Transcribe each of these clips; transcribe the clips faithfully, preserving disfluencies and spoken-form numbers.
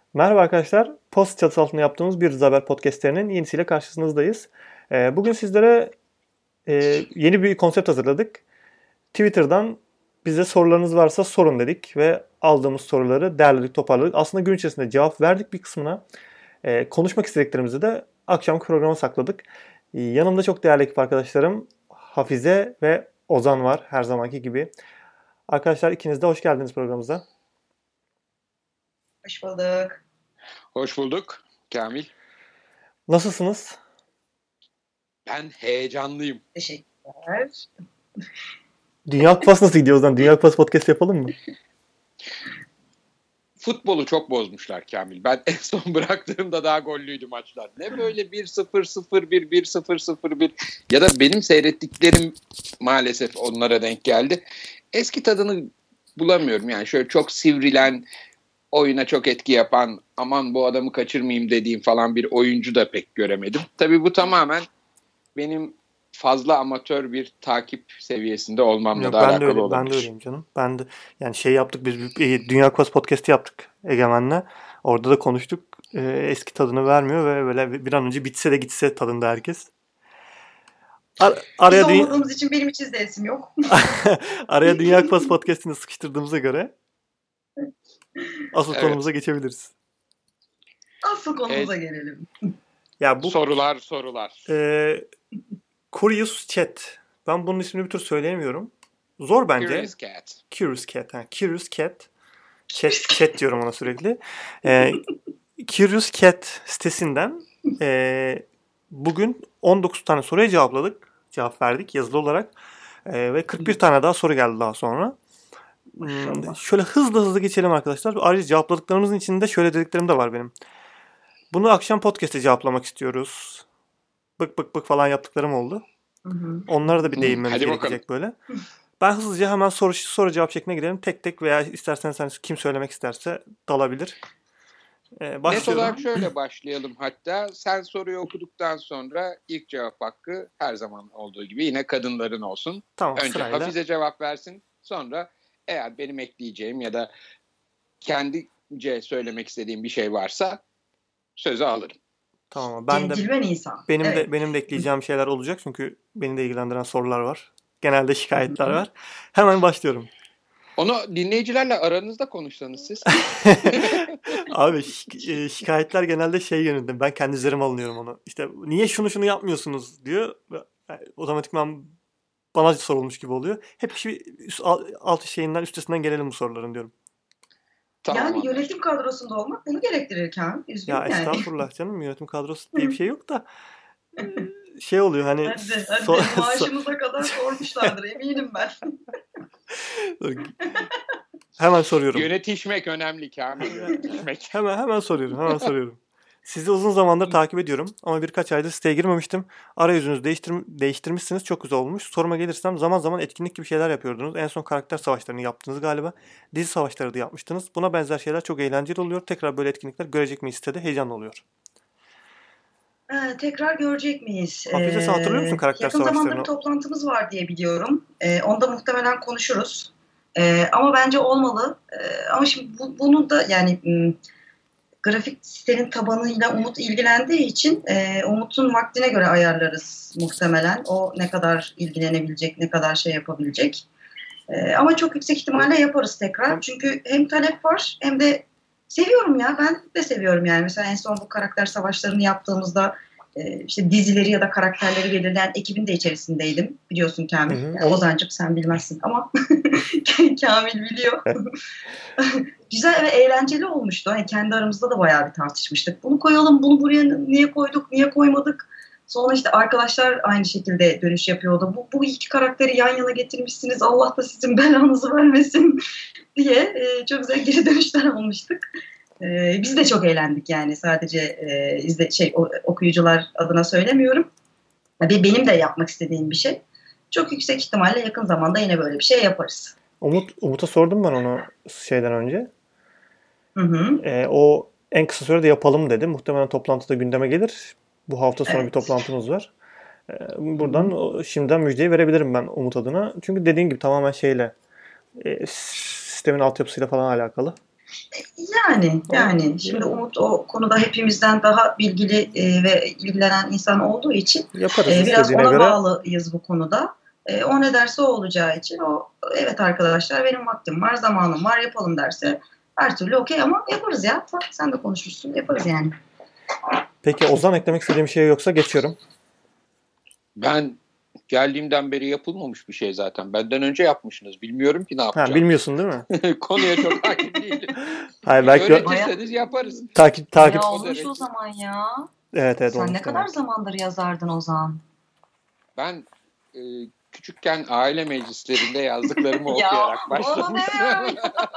Merhaba arkadaşlar. Post çatısı altında yaptığımız bir Haber podcastlerinin yenisiyle karşınızdayız. Ee, bugün sizlere e, yeni bir konsept hazırladık. Twitter'dan bize sorularınız varsa sorun dedik ve aldığımız soruları derledik, toparladık. Aslında gün içerisinde cevap verdik bir kısmına. Ee, konuşmak istediklerimizi de akşamki programa sakladık. Ee, yanımda çok değerli ekip arkadaşlarım Hafize ve Ozan var her zamanki gibi. Arkadaşlar ikiniz de hoş geldiniz programımıza. Hoş bulduk. Hoş bulduk Kamil. Nasılsınız? Ben heyecanlıyım. Teşekkürler. Dünya Kupası nasıl gidiyor o zaman? Dünya Kupası podcast yapalım mı? Futbolu çok bozmuşlar Kamil. Ben en son bıraktığımda daha gollüydü maçlar. Ne böyle bir sıfır sıfır bir, bir sıfır sıfır bir ya da benim seyrettiklerim maalesef onlara denk geldi. Eski tadını bulamıyorum. Yani şöyle çok sivrilen, oyuna çok etki yapan, aman bu adamı kaçırmayayım dediğim falan bir oyuncu da pek göremedim. Tabii bu tamamen benim fazla amatör bir takip seviyesinde olmamla Yok, da ben de alakalı öyle, olabilir. ben de öyleyim canım. Ben de yani şey yaptık biz bir Dünya Kupası podcast'i yaptık Egemen'le. Orada da konuştuk. Ee, eski tadını vermiyor ve böyle bir an önce bitse de gitse tadında herkes. Ar- araya Biz dü- olmadığımız için benim hiç izleyesim yok. araya Dünya Kupası podcast'ini sıkıştırdığımıza göre asıl Evet. konumuza geçebiliriz. Asıl konumuza Evet. gelelim. Ya bu Sorular sorular. e, Curious Chat. Ben bunun ismini bir tür söyleyemiyorum. Zor bence. Curious Cat. Curious Cat. Ha, Curious Cat. Chat, chat diyorum ona sürekli. Ee, Curious Cat sitesinden e, bugün on dokuz tane soruya cevapladık. Cevap verdik yazılı olarak. E, ve kırk bir tane daha soru geldi daha sonra. Hmm, Maşallah. şöyle hızlı hızlı geçelim arkadaşlar. Ayrıca cevapladıklarımızın içinde şöyle dediklerim de var benim. Bunu akşam podcast'te cevaplamak istiyoruz. Bık bık bık falan yaptıklarım oldu. Hı hı. Onlara da bir Hı, değinmemiz hadi gerekecek böyle. Ben hızlıca hemen soru soru cevap şekline gidelim. Tek tek veya isterseniz hani kim söylemek isterse dalabilir. Ee, Net başlıyorum. olarak şöyle başlayalım hatta. Sen soruyu okuduktan sonra ilk cevap hakkı her zaman olduğu gibi yine kadınların olsun. Tamam, Önce sırayla. Hafize cevap versin. Sonra eğer benim ekleyeceğim ya da kendince söylemek istediğim bir şey varsa sözü alırım. Tamam. Ben de Centilmen insan. benim Evet. de benim de ekleyeceğim şeyler olacak çünkü beni de ilgilendiren sorular var. Genelde şikayetler Hı hı. var. Hemen başlıyorum. Onu dinleyicilerle aranızda konuşsanız siz. Abi şik- e, şikayetler genelde şey yönünde. Ben kendi üzerime alınıyorum onu. İşte niye şunu şunu yapmıyorsunuz diyor. Ve otomatikman bana sorulmuş gibi oluyor. Hep bir üst, alt şeyinden üstesinden gelelim bu soruların diyorum. Tamam, Yani anlaştık. yönetim kadrosunda olmak bunu gerektirirken üzgünüm Ya yani. estağfurullah canım, yönetim kadrosu diye bir şey yok da şey oluyor hani Hadi hadi so- so- maaşımıza kadar sormuşlardır eminim ben. hemen soruyorum. Yönetişmek önemli Kamil. Yönetişmek. Hemen hemen soruyorum. Hemen soruyorum. Sizi uzun zamandır takip ediyorum ama birkaç aydır siteye girmemiştim. Arayüzünüzü değiştir değiştirmişsiniz. Çok güzel olmuş. Soruma gelirsem zaman zaman etkinlik gibi şeyler yapıyordunuz. En son karakter savaşlarını yaptınız galiba. Dizi savaşları da yapmıştınız. Buna benzer şeyler çok eğlenceli oluyor. Tekrar böyle etkinlikler görecek miyiz sitede? Heyecanlı oluyor. Ee, tekrar görecek miyiz? Hafize, sen hatırlıyor musun Ee, karakter yakın zamanda savaşlarını? bir toplantımız var diye biliyorum. Ee, onda muhtemelen konuşuruz. Ee, ama bence olmalı. Ee, ama şimdi bu, bunu da yani m, grafik sitenin tabanıyla Umut ilgilendiği için e, Umut'un vaktine göre ayarlarız muhtemelen. O ne kadar ilgilenebilecek, ne kadar şey yapabilecek. E, ama çok yüksek ihtimalle yaparız tekrar. Çünkü hem talep var hem de seviyorum ya. Ben de seviyorum yani. Mesela en son bu karakter savaşlarını yaptığımızda e, işte dizileri ya da karakterleri belirleyen ekibin de içerisindeydim. Biliyorsun Kamil. Hı hı. Yani Ozancığım sen bilmezsin ama Kamil biliyor. Güzel ve eğlenceli olmuştu. Yani kendi aramızda da bayağı bir tartışmıştık. Bunu koyalım, bunu buraya niye koyduk, niye koymadık? Sonra işte arkadaşlar aynı şekilde dönüş yapıyordu. Bu, bu iki karakteri yan yana getirmişsiniz, Allah da sizin belanızı vermesin diye e, çok güzel geri dönüşler almıştık. E, biz de çok eğlendik yani, sadece e, izle, şey o, okuyucular adına söylemiyorum. Ve benim de yapmak istediğim bir şey. Çok yüksek ihtimalle yakın zamanda yine böyle bir şey yaparız. Umut, Umut'a sordum ben onu şeyden önce. Hı hı. Ee, o en kısa sürede yapalım dedi. Muhtemelen toplantıda gündeme gelir. Bu hafta sonu Evet. bir toplantımız var. Ee, buradan o- şimdiden müjdeyi verebilirim ben Umut adına. Çünkü dediğin gibi tamamen şeyle e, sistemin altyapısıyla falan alakalı. Yani yani şimdi Umut o konuda hepimizden daha bilgili e, ve ilgilenen insan olduğu için Yaparız e, biraz istediğine ona göre. bağlıyız bu konuda. E, o ne derse o olacağı için o evet arkadaşlar benim vaktim var, zamanım var, yapalım derse her türlü okey ama yaparız ya. Sen, sen de konuşursun, yaparız yani. Peki Ozan, eklemek istediğim bir şey yoksa geçiyorum. Ben geldiğimden beri yapılmamış bir şey zaten. Benden önce yapmışsınız. Bilmiyorum ki ne yapacağım. Ha, bilmiyorsun değil mi? Konuya çok hakim değilim. Hayır, belki öğretirseniz yaparız. Takip takip. Ya olmuş o zaman ya. Evet evet. Sen ne olmuş kadar demek. zamandır yazardın Ozan? Ben e, küçükken aile meclislerinde yazdıklarımı Ya, okuyarak onu başlamıştım. demiyorum.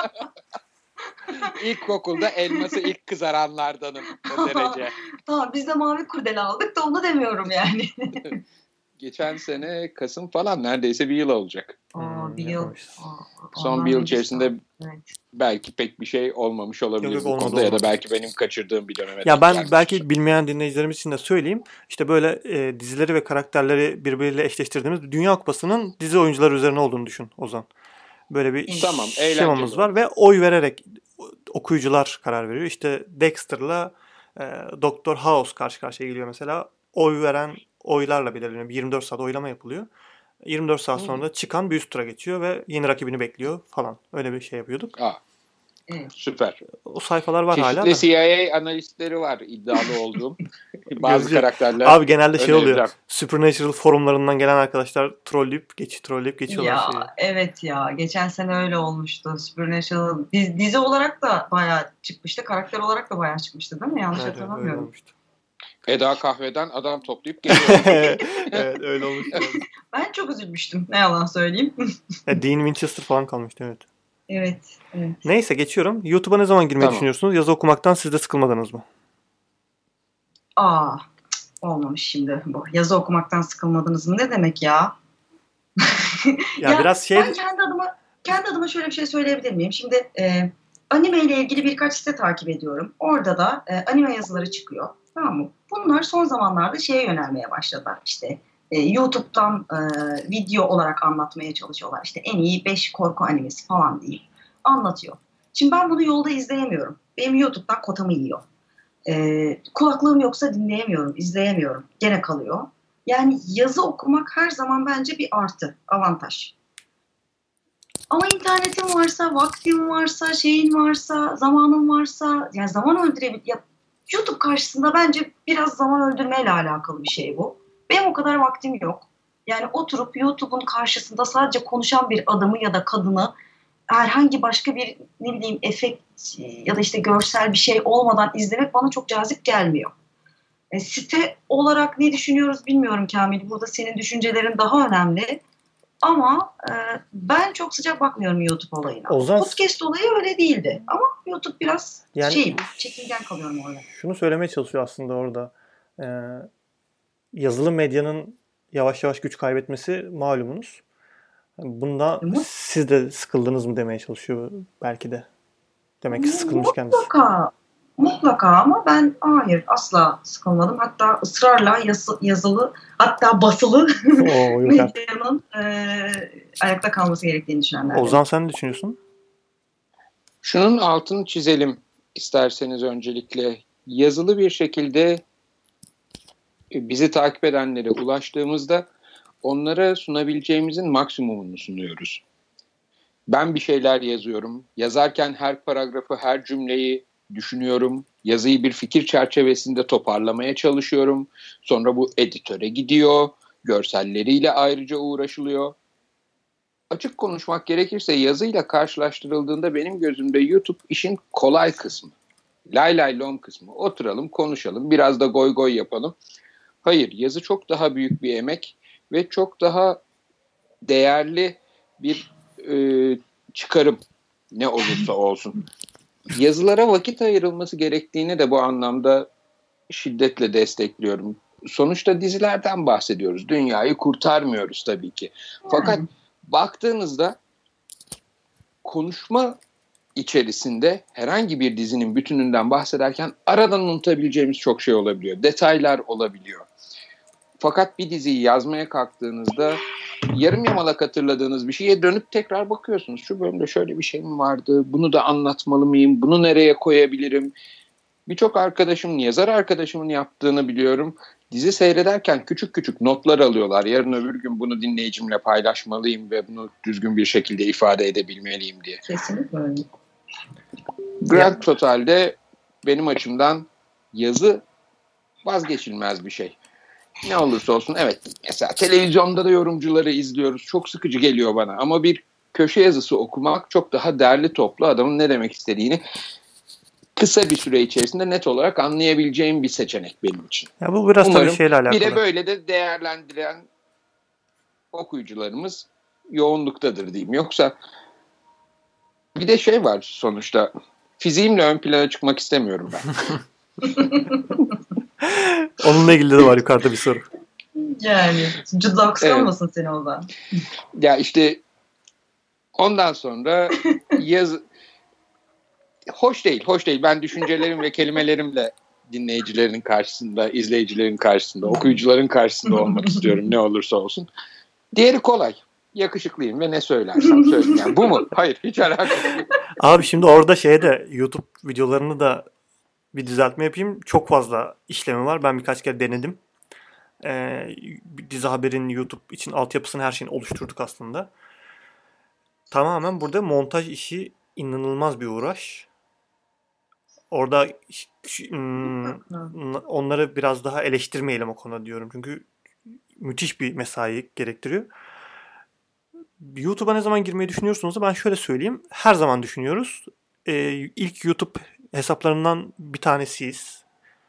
İlkokulda elması ilk kızaranlardanım o derece. Tamam biz de mavi kurdele aldık da onu demiyorum yani. Geçen sene Kasım falan neredeyse bir yıl olacak. Aa, bir yıl. yapmamışız. Aa, Son ondan bir yıl öncesi içerisinde daha. Evet. belki pek bir şey olmamış olabilir Yok, yok, bu olmadı, konuda ya da olmadı. belki benim kaçırdığım bir döneme Ya denk ben gelmiştir. belki bilmeyen dinleyicilerimiz için de söyleyeyim. İşte böyle e, dizileri ve karakterleri birbiriyle eşleştirdiğimiz Dünya Kupası'nın dizi oyuncuları üzerine olduğunu düşün Ozan. Böyle bir Tamam, şemamız eğlenceli var ve oy vererek okuyucular karar veriyor. İşte Dexter'la e, Doktor House karşı karşıya geliyor mesela. Oy veren oylarla belirleniyor. yirmi dört saat oylama yapılıyor. yirmi dört saat sonra da çıkan bir üst tura geçiyor ve yeni rakibini bekliyor falan. Öyle bir şey yapıyorduk. Aa, Evet. süper. O sayfalar var hala Çeşitli da. C I A analistleri var iddialı olduğum. Bazı Gözcü. karakterler Abi genelde şey oluyor. önereceğim. Supernatural forumlarından gelen arkadaşlar trolleyip geç trolleyip geçiyorlar Ya şeyi. evet ya geçen sene öyle olmuştu. Supernatural dizi, dizi olarak da bayağı çıkmıştı. Karakter olarak da bayağı çıkmıştı değil mi? Yanlış Evet, öyle hatırlamıyorum. olmuştu. Eda kahveden adam toplayıp geliyor. Evet öyle olmuştu. Ben çok üzülmüştüm. Ne yalan söyleyeyim. Ya, Dean Winchester falan kalmıştı evet. Evet. Evet. Neyse geçiyorum. YouTube'a ne zaman girmeyi Tamam. düşünüyorsunuz? Yazı okumaktan siz de sıkılmadınız mı? Aa cık, olmamış şimdi bu. Yazı okumaktan sıkılmadınız mı? Ne demek ya? Ya, Ya, biraz şey Ben kendi adıma kendi adıma şöyle bir şey söyleyebilir miyim? Şimdi e, anime ile ilgili birkaç site takip ediyorum. Orada da e, anime yazıları çıkıyor. Tamam mı? Bunlar son zamanlarda şeye yönelmeye başladılar. İşte e, YouTube'dan e, video olarak anlatmaya çalışıyorlar. İşte en iyi beş korku animesi falan deyip anlatıyor. Şimdi ben bunu yolda izleyemiyorum. Benim YouTube'dan kotamı yiyor. E, kulaklığım yoksa dinleyemiyorum, izleyemiyorum. Gene kalıyor. Yani yazı okumak her zaman bence bir artı, avantaj. Ama internetin varsa, vaktin varsa, şeyin varsa, zamanın varsa, yani zaman öldürebil... Ya, YouTube karşısında bence biraz zaman öldürmeyle alakalı bir şey bu. Benim o kadar vaktim yok. Yani oturup YouTube'un karşısında sadece konuşan bir adamı ya da kadını herhangi başka bir ne bileyim efekt ya da işte görsel bir şey olmadan izlemek bana çok cazip gelmiyor. E, site olarak ne düşünüyoruz bilmiyorum Kamil. Burada senin düşüncelerin daha önemli. Ama e, ben çok sıcak bakmıyorum YouTube olayına. Ozan- Podcast olayı öyle değildi. Ama YouTube biraz Yani- şey, çekingen kalıyorum orada. şunu söylemeye çalışıyor aslında orada. Ee, yazılı medyanın yavaş yavaş güç kaybetmesi malumunuz. Bunda Mu- siz de sıkıldınız mı demeye çalışıyor belki de. Demek ki sıkılmış kendisi. Mutlaka. Mutlaka ama ben hayır asla sıkılmadım. Hatta ısrarla yazı, yazılı hatta basılı Oo, yok artık. medyanın e, ayakta kalması gerektiğini düşünenlerden. Ozan sen ne düşünüyorsun? Şunun altını çizelim isterseniz öncelikle. Yazılı bir şekilde bizi takip edenlere ulaştığımızda onlara sunabileceğimizin maksimumunu sunuyoruz. Ben bir şeyler yazıyorum. Yazarken her paragrafı, her cümleyi düşünüyorum. Yazıyı bir fikir çerçevesinde toparlamaya çalışıyorum. Sonra bu editöre gidiyor. Görselleriyle ayrıca uğraşılıyor. Açık konuşmak gerekirse yazıyla karşılaştırıldığında benim gözümde YouTube işin kolay kısmı. Lay lay lom kısmı. Oturalım, konuşalım, biraz da goy goy yapalım. Hayır, yazı çok daha büyük bir emek ve çok daha değerli bir e, çıkarım ne olursa olsun. Yazılara vakit ayrılması gerektiğini de bu anlamda şiddetle destekliyorum. Sonuçta dizilerden bahsediyoruz. Dünyayı kurtarmıyoruz tabii ki. Fakat baktığınızda konuşma içerisinde herhangi bir dizinin bütününden bahsederken aradan unutabileceğimiz çok şey olabiliyor. Detaylar olabiliyor. Fakat bir diziyi yazmaya kalktığınızda yarım yamalak hatırladığınız bir şeye dönüp tekrar bakıyorsunuz. Şu bölümde şöyle bir şey mi vardı? Bunu da anlatmalı mıyım? Bunu nereye koyabilirim? Birçok arkadaşımın, yazar arkadaşımın yaptığını biliyorum. Dizi seyrederken küçük küçük notlar alıyorlar. Yarın öbür gün bunu dinleyicimle paylaşmalıyım ve bunu düzgün bir şekilde ifade edebilmeliyim diye. Kesinlikle öyle. Grand Total'de benim açımdan yazı vazgeçilmez bir şey. Ne olursa olsun, evet, mesela televizyonda da yorumcuları izliyoruz. Çok sıkıcı geliyor bana ama bir köşe yazısı okumak çok daha derli toplu, adamın ne demek istediğini kısa bir süre içerisinde net olarak anlayabileceğim bir seçenek benim için. Ya bu biraz Umarım tabii şeyle alakalı. bir de böyle de değerlendiren okuyucularımız yoğunluktadır diyeyim. Yoksa bir de şey var sonuçta, fiziğimle ön plana çıkmak istemiyorum ben. Onunla ilgili de var yukarıda bir soru. Yani cıddak kalmasın evet. Seni oradan. Ya işte ondan sonra yaz hoş değil, hoş değil. Ben düşüncelerim ve kelimelerimle dinleyicilerin karşısında, izleyicilerin karşısında, okuyucuların karşısında olmak istiyorum ne olursa olsun. Diğeri kolay. Yakışıklıyım ve ne söylersem söyleyeyim. Yani bu mu? Hayır, hiç alakası yok. Abi şimdi orada şeyde YouTube videolarını da bir düzeltme yapayım. Çok fazla işlemi var. Ben birkaç kere denedim. Ee, Dizi Haber'in YouTube için altyapısını, her şeyini oluşturduk aslında. Tamamen burada montaj işi inanılmaz bir uğraş. Orada hmm, onları biraz daha eleştirmeyelim o konuda diyorum. Çünkü müthiş bir mesai gerektiriyor. YouTube'a ne zaman girmeyi düşünüyorsunuz? Ben şöyle söyleyeyim. Her zaman düşünüyoruz. Ee, ilk YouTube hesaplarından bir tanesiyiz.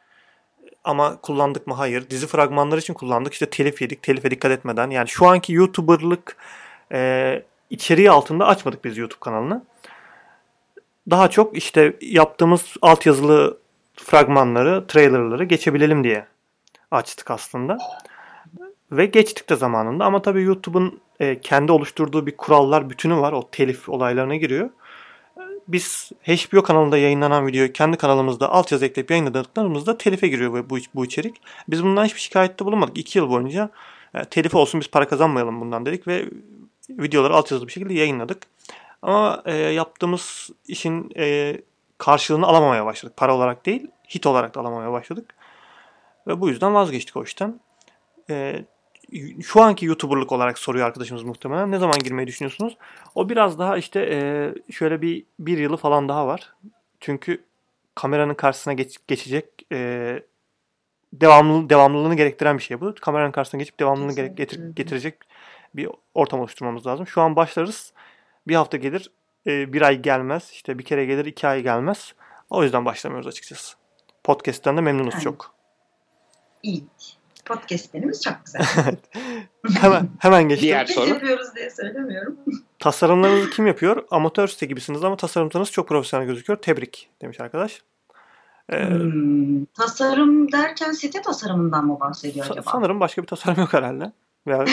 Ama kullandık mı? Hayır. Dizi fragmanları için kullandık. İşte telif yedik. Telife dikkat etmeden. Yani şu anki YouTuber'lık e, içeriği altında açmadık biz YouTube kanalını. Daha çok işte yaptığımız altyazılı fragmanları, trailerları geçebilelim diye açtık aslında. Ve geçtik de zamanında. Ama tabii YouTube'un e, kendi oluşturduğu bir kurallar bütünü var. O telif olaylarına giriyor. Biz H B O kanalında yayınlanan videoyu kendi kanalımızda altyazı ekleyip yayınladıklarımızda telife giriyor bu, bu içerik. Biz bundan hiçbir şikayette bulunmadık. İki yıl boyunca e, telif olsun, biz para kazanmayalım bundan dedik ve videoları altyazılı bir şekilde yayınladık. Ama e, yaptığımız işin e, karşılığını alamamaya başladık. Para olarak değil, hit olarak da alamamaya başladık. Ve bu yüzden vazgeçtik o işten. E, şu anki YouTuber'lık olarak soruyor arkadaşımız muhtemelen. Ne zaman girmeyi düşünüyorsunuz? O biraz daha işte e, şöyle bir bir yılı falan daha var. Çünkü kameranın karşısına geç, geçecek e, devamlı devamlılığını gerektiren bir şey bu. Kameranın karşısına geçip devamlılığını gerek, getir, getirecek bir ortam oluşturmamız lazım. Şu an başlarız. Bir hafta gelir, e, bir ay gelmez. İşte bir kere gelir, iki ay gelmez. O yüzden başlamıyoruz açıkçası. Podcast'ten de memnunuz Aynen. Çok. İyi. Podcast'lerimiz çok güzel. hemen hemen geçtim. Diğer Biz soru. yapıyoruz diye söylemiyorum. Tasarımlarınızı kim yapıyor? Amatör site gibisiniz ama tasarımlarınız çok profesyonel gözüküyor. Tebrik demiş arkadaş. Ee, Hmm, tasarım derken site tasarımından mı bahsediyor sa- acaba? sanırım başka bir tasarım yok herhalde. Veya...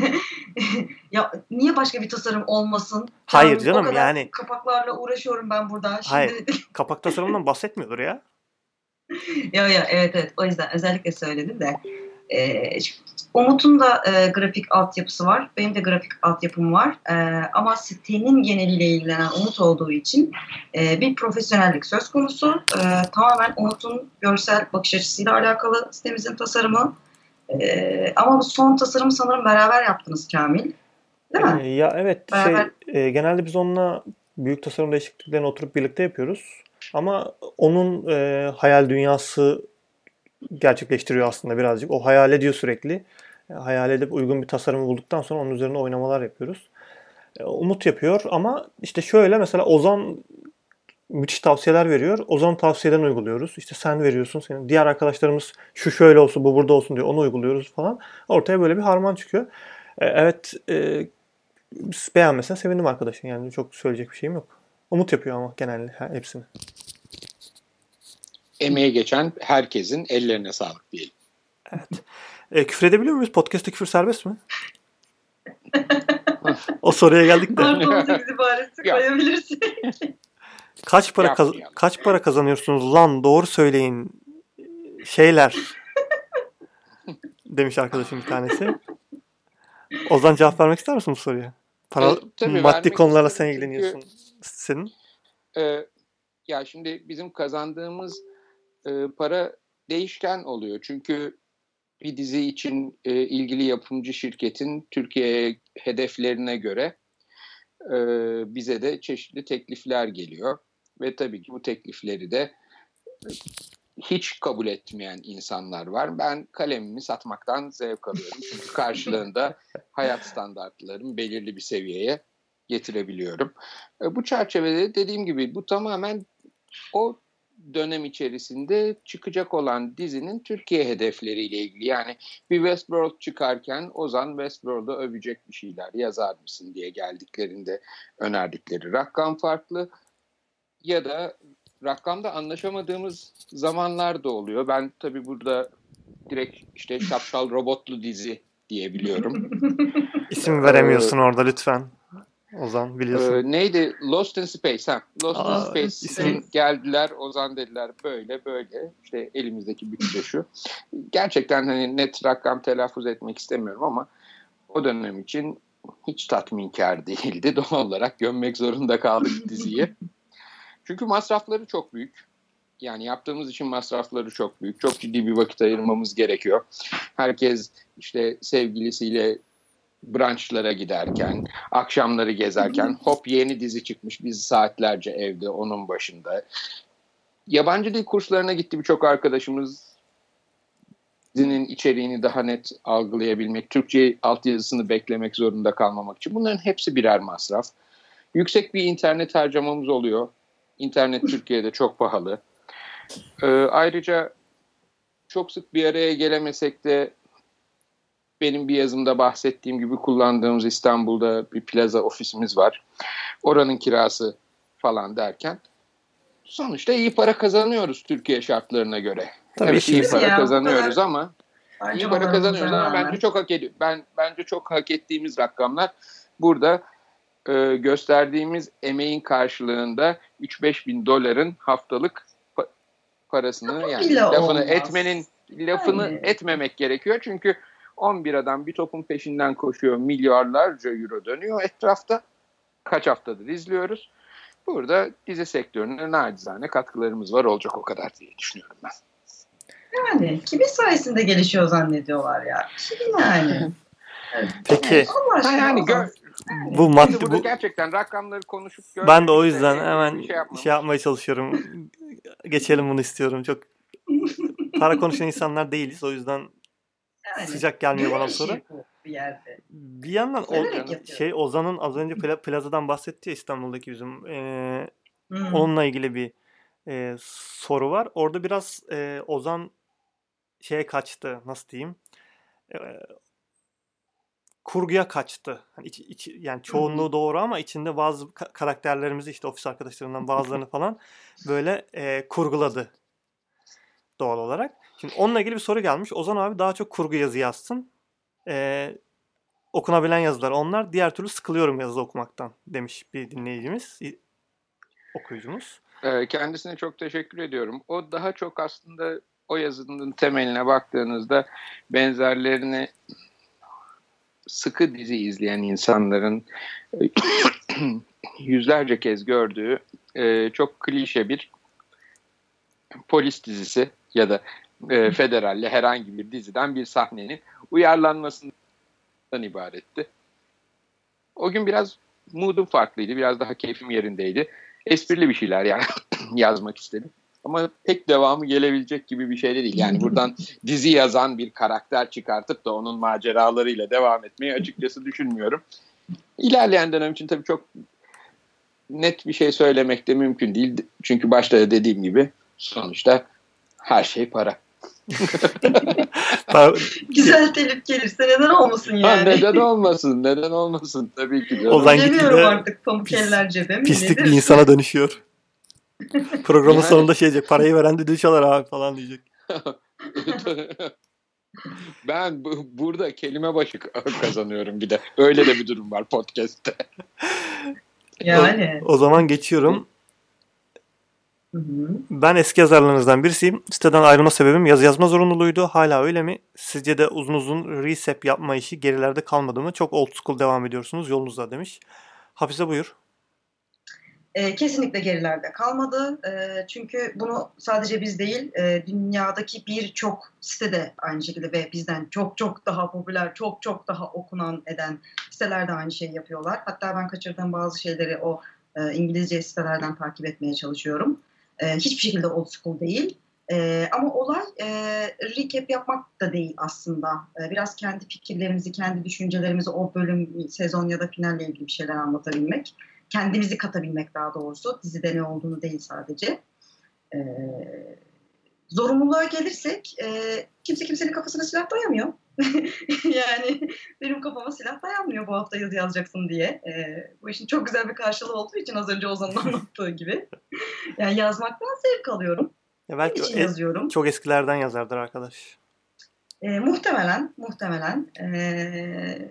Ya niye başka bir tasarım olmasın? Hayır Canım, canım, o kadar yani. kapaklarla uğraşıyorum ben burada. Şimdi... Hayır. Kapak tasarımından bahsetmiyordur ya. ya ya evet evet, o yüzden özellikle söyledim de. Ee, Umut'un da e, grafik altyapısı var. Benim de grafik altyapım var. E, ama sitenin geneliyle ilgilenen Umut olduğu için e, bir profesyonellik söz konusu. E, tamamen Umut'un görsel bakış açısıyla alakalı sitemizin tasarımı. E, ama bu son tasarımı sanırım beraber yaptınız Kamil. Değil mi? Ee, ya evet. Beraber... Şey, e, genelde biz onunla büyük tasarım değişikliklerini oturup birlikte yapıyoruz. Ama onun e, hayal dünyası gerçekleştiriyor aslında birazcık. O hayal ediyor sürekli. E, hayal edip uygun bir tasarımı bulduktan sonra onun üzerine oynamalar yapıyoruz. E, Umut yapıyor ama işte şöyle, mesela Ozan müthiş tavsiyeler veriyor. Ozan tavsiyelerini uyguluyoruz. İşte sen veriyorsun. Senin diğer arkadaşlarımız şu şöyle olsun, bu burada olsun diyor. Onu uyguluyoruz falan. Ortaya böyle bir harman çıkıyor. E, evet e, beğenmesen sevindim arkadaşın. Yani çok söyleyecek bir şeyim yok. Umut yapıyor ama genelde hepsini. Emeği geçen herkesin ellerine sağlık diyelim. Evet. E, küfür edebiliyor muyuz? Podcast'ta küfür serbest mi? O soruya geldik de. Artı on sekiz ibaresi koyabilirsin. Kaç para kaz- kaç para kazanıyorsunuz lan? Doğru söyleyin. Şeyler. Demiş arkadaşım bir tanesi. Ozan cevap vermek ister misin bu soruya? Para, E, tabii maddi vermek konularla isterim sen çünkü ilgileniyorsun. Senin? e, ya şimdi bizim kazandığımız e, para değişken oluyor. Çünkü bir dizi için e, ilgili yapımcı şirketin Türkiye hedeflerine göre e, bize de çeşitli teklifler geliyor. Ve tabii ki bu teklifleri de hiç kabul etmeyen insanlar var. Ben kalemimi satmaktan zevk alıyorum. Çünkü karşılığında hayat standartlarımı belirli bir seviyeye getirebiliyorum. E, bu çerçevede dediğim gibi bu tamamen o dönem içerisinde çıkacak olan dizinin Türkiye hedefleriyle ilgili. Yani bir Westworld çıkarken Ozan Westworld'u övecek bir şeyler yazar mısın diye geldiklerinde önerdikleri rakam farklı. Ya da rakamda anlaşamadığımız zamanlar da oluyor. Ben tabii burada direkt işte şapşal robotlu dizi diyebiliyorum. İsim veremiyorsun orada lütfen. Ozan biliyorsun. Ee, neydi? Lost in Space. Ha. Lost Aa, in Space isim... için geldiler. Ozan dediler böyle böyle. İşte elimizdeki bütçe şu. Gerçekten hani net rakam telaffuz etmek istemiyorum ama o dönem için hiç tatminkar değildi. Doğal olarak gömmek zorunda kaldık diziyi. Çünkü masrafları çok büyük. Yani yaptığımız için masrafları çok büyük. Çok ciddi bir vakit ayırmamız gerekiyor. Herkes işte sevgilisiyle brunchlara giderken, akşamları gezerken hop yeni dizi çıkmış. Biz saatlerce evde onun başında. Yabancı dil kurslarına gitti birçok arkadaşımız. Dizinin içeriğini daha net algılayabilmek, Türkçe altyazısını beklemek zorunda kalmamak için. Bunların hepsi birer masraf. Yüksek bir internet harcamamız oluyor. İnternet Türkiye'de çok pahalı. Ee, ayrıca çok sık bir araya gelemesek de benim bir yazımda bahsettiğim gibi kullandığımız İstanbul'da bir plaza ofisimiz var. Oranın kirası falan derken sonuçta iyi para kazanıyoruz Türkiye şartlarına göre. Tabii evet iyi para ya, kazanıyoruz ama iyi para kazanıyoruz ama rağmen. bence çok hak ediyor. Ben bence çok hak ettiğimiz rakamlar burada e, gösterdiğimiz emeğin karşılığında üç beş bin doların haftalık pa- parasını Ama yani bile lafını olmaz. etmenin lafını Yani. etmemek gerekiyor. Çünkü on bir adam bir topun peşinden koşuyor. Milyarlarca euro dönüyor etrafta. Kaç haftadır izliyoruz. Burada dizi sektörüne nacizane katkılarımız var. Olacak o kadar diye düşünüyorum ben. Yani kimin sayesinde gelişiyor zannediyorlar ya. Kimin yani? Evet. Peki. Yani, Allah aşkına, yani Allah. gör, Bu madde burada bu gerçekten rakamları konuşup ben de o görmemiz yüzden de hemen bir şey, yapmamız. şey yapmaya çalışıyorum. Geçelim bunu istiyorum. Çok para konuşan insanlar değiliz. O yüzden Yani, sıcak gelmiyor bana bu bir soru. şey bu bir yerde. Bir yandan o, şey Ozan'ın az önce pla- plazadan bahsetti ya, İstanbul'daki bizim. Ee, Hmm. onunla ilgili bir e, soru var. Orada biraz e, Ozan şeye kaçtı. Nasıl diyeyim? E, kurguya kaçtı. Hani iç, iç, yani çoğunluğu Hı-hı. doğru ama içinde bazı ka- karakterlerimizi, işte ofis arkadaşlarından bazılarını falan böyle e, kurguladı doğal olarak. Şimdi onunla ilgili bir soru gelmiş. Ozan abi daha çok kurgu yazı yazsın. E, okunabilen yazılar onlar. Diğer türlü sıkılıyorum yazı okumaktan demiş bir dinleyicimiz, okuyucumuz. Kendisine çok teşekkür ediyorum. O daha çok aslında o yazının temeline baktığınızda benzerlerini sıkı dizi izleyen insanların yüzlerce kez gördüğü çok klişe bir polis dizisi ya da federalle herhangi bir diziden bir sahnenin uyarlanmasından ibaretti. O gün biraz moodum farklıydı. Biraz daha keyfim yerindeydi. Esprili bir şeyler yani yazmak istedim. Ama pek devamı gelebilecek gibi bir şey de değil. Yani buradan dizi yazan bir karakter çıkartıp da onun maceralarıyla devam etmeyi açıkçası düşünmüyorum. İlerleyen dönem için tabii çok net bir şey söylemek de mümkün değil. Çünkü başta da dediğim gibi sonuçta her şey para. Güzel telif gelirse neden olmasın yani? Ha, neden olmasın? Neden olmasın? Tabii ki. Ozan Bilemiyorum artık, pamuk eller cebe mi? Pislik nedir? bir insana dönüşüyor. Programın Yani... sonunda şey diyecek. Parayı veren düdüğü çalar abi falan diyecek. Ben bu, burada kelime başı kazanıyorum bir de. Öyle de bir durum var podcast'te. Yani. O, o zaman geçiyorum. Hı hı. Ben eski yazarlarınızdan birisiyim. Siteden ayrılma sebebim yazı yazma zorunluluğuydu. Hala öyle mi? Sizce de uzun uzun recap yapma işi gerilerde kalmadı mı? Çok old school devam ediyorsunuz yolunuzda demiş. Hafize buyur. E, kesinlikle gerilerde kalmadı. E, çünkü bunu sadece biz değil, e, dünyadaki birçok site de aynı şekilde ve bizden çok çok daha popüler, çok çok daha okunan eden siteler de aynı şeyi yapıyorlar. Hatta ben kaçırdığım bazı şeyleri o e, İngilizce sitelerden takip etmeye çalışıyorum. E, hiçbir şekilde old school değil. E, ama olay e, recap yapmak da değil aslında. E, biraz kendi fikirlerimizi, kendi düşüncelerimizi o bölüm, sezon ya da finalle ilgili bir şeyler anlatabilmek. Kendimizi katabilmek daha doğrusu. Dizide ne olduğunu değil sadece. Ee, zorunluluğa gelirsek e, kimse kimsenin kafasına silah dayamıyor. Yani benim kafama silah dayanmıyor bu hafta yazı yazacaksın diye. Ee, bu işin çok güzel bir karşılığı olduğu için az önce Ozan'ın anlattığı gibi. Yani yazmaktan zevk alıyorum. Ya Benim belki için e- yazıyorum. çok eskilerden yazardır arkadaş. Ee, muhtemelen, muhtemelen. Ee,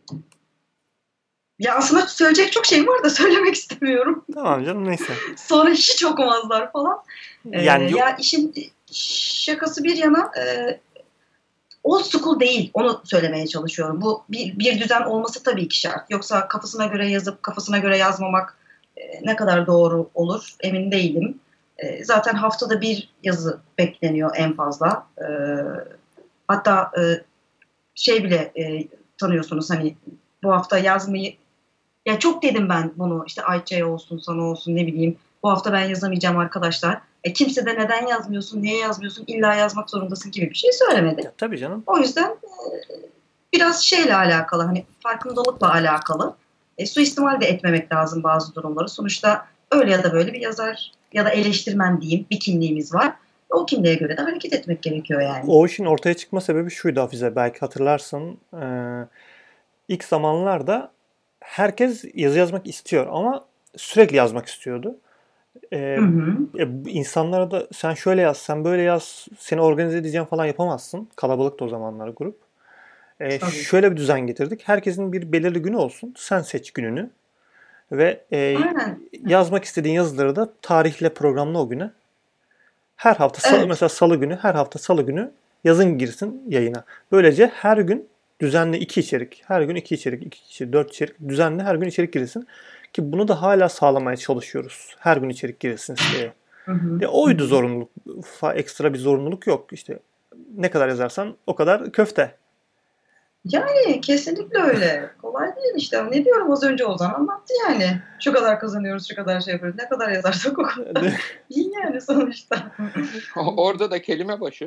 ya aslında söyleyecek çok şey var da söylemek istemiyorum. Tamam canım neyse. Sonra hiç okumazlar falan. Ee, Yani yok- ya işin şakası bir yana e, old school değil. Onu söylemeye çalışıyorum. Bu bir, bir düzen olması tabii ki şart. Yoksa kafasına göre yazıp kafasına göre yazmamak e, ne kadar doğru olur emin değilim. E, zaten haftada bir yazı bekleniyor en fazla. E, hatta e, şey bile e, tanıyorsunuz hani bu hafta yazmayı ya çok dedim ben bunu işte Ayça'ya olsun sana olsun ne bileyim bu hafta ben yazamayacağım arkadaşlar. E, kimse de neden yazmıyorsun, niye yazmıyorsun, illa yazmak zorundasın gibi bir şey söylemedi. Ya, tabii canım. O yüzden e, biraz şeyle alakalı hani farkındalıkla alakalı. E, suistimal de etmemek lazım bazı durumları. Sonuçta öyle ya da böyle bir yazar ya da eleştirmen diyeyim bir kimliğimiz var. O kimliğe göre de hareket etmek gerekiyor yani. O işin ortaya çıkma sebebi şuydu Hafize. Belki hatırlarsın. Ee, ilk zamanlarda herkes yazı yazmak istiyor ama sürekli yazmak istiyordu. Ee, Hı hı. e, insanlara da sen şöyle yaz, sen böyle yaz, seni organize edeceğim falan yapamazsın. Kalabalıktı o zamanlar grup. Ee, Tabii. şöyle bir düzen getirdik. Herkesin bir belirli günü olsun. Sen seç gününü. Ve e, Aynen. yazmak istediğin yazıları da tarihle programla o güne. Her hafta salı, Evet. mesela salı günü, her hafta salı günü yazın girsin yayına. Böylece her gün düzenli iki içerik, her gün iki içerik, iki içerik, dört içerik, düzenli her gün içerik girilsin. Ki bunu da hala sağlamaya çalışıyoruz. Her gün içerik girilsin siteye. Hı hı. De oydu zorunluluk. Fa- Ekstra bir zorunluluk yok. İşte ne kadar yazarsan o kadar köfte. Yani kesinlikle öyle. Kolay değil işte. Ne diyorum az önce Ozan anlattı yani. Şu kadar kazanıyoruz, şu kadar şey yapıyoruz. Ne kadar yazarsak o kadar. İyi yani sonuçta. Orada da kelime başı.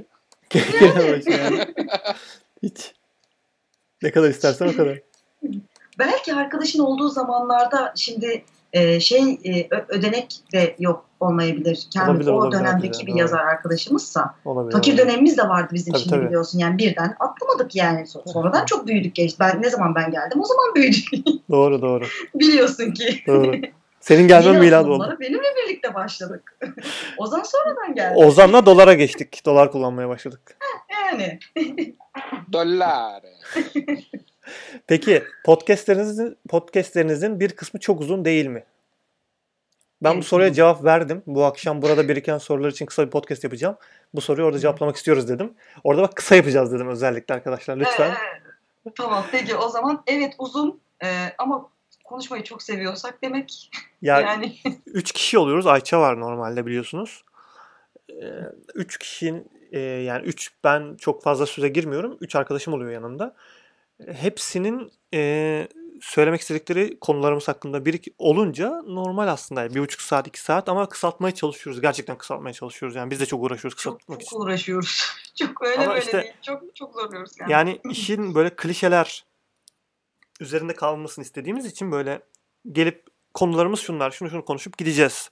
Yani. Hiç. Ne kadar istersen o kadar. Belki arkadaşın olduğu zamanlarda şimdi e, şey e, ö- ödenek de yok olmayabilir. Kendi Olabilir, o olabilir, dönemdeki olabilir. bir Doğru. yazar arkadaşımızsa. Olabilir. Fakir olabilir. dönemimiz de vardı bizim Tabii, şimdi tabii. biliyorsun. Yani birden atlamadık yani. So- Sonradan çok büyüdük geçti. Ben, ne zaman ben geldim o zaman büyüdük. Doğru doğru. Biliyorsun ki. Doğru. Senin gelmen Yeni milat oldu. atılımlara benimle birlikte başladık. Ozan sonradan geldi. Ozan'la dolara geçtik. Dolar kullanmaya başladık. Yani. Dolar. Peki podcastlerinizin podcastlerinizin bir kısmı çok uzun değil mi? Ben bu Evet, soruya uzun. cevap verdim. Bu akşam burada biriken sorular için kısa bir podcast yapacağım. Bu soruyu orada cevaplamak istiyoruz dedim. Orada bak kısa yapacağız dedim özellikle arkadaşlar. Lütfen. Ee, tamam peki o zaman evet uzun e, ama konuşmayı çok seviyorsak demek Ya yani. üç kişi oluyoruz. Ayça var normalde biliyorsunuz. Ee, Üç kişinin e, yani üç ben çok fazla süre girmiyorum. Üç arkadaşım oluyor yanımda. Hepsinin e, söylemek istedikleri konularımız hakkında bir olunca normal aslında. Bir buçuk saat, iki saat ama kısaltmaya çalışıyoruz. Gerçekten kısaltmaya çalışıyoruz. Yani biz de çok uğraşıyoruz Çok, kısaltmak çok için. uğraşıyoruz. Çok öyle Ama böyle işte- değil. Çok çok zorluyoruz yani. Yani işin böyle klişeler üzerinde kalmasını istediğimiz için böyle gelip konularımız şunlar, şunu şunu konuşup gideceğiz.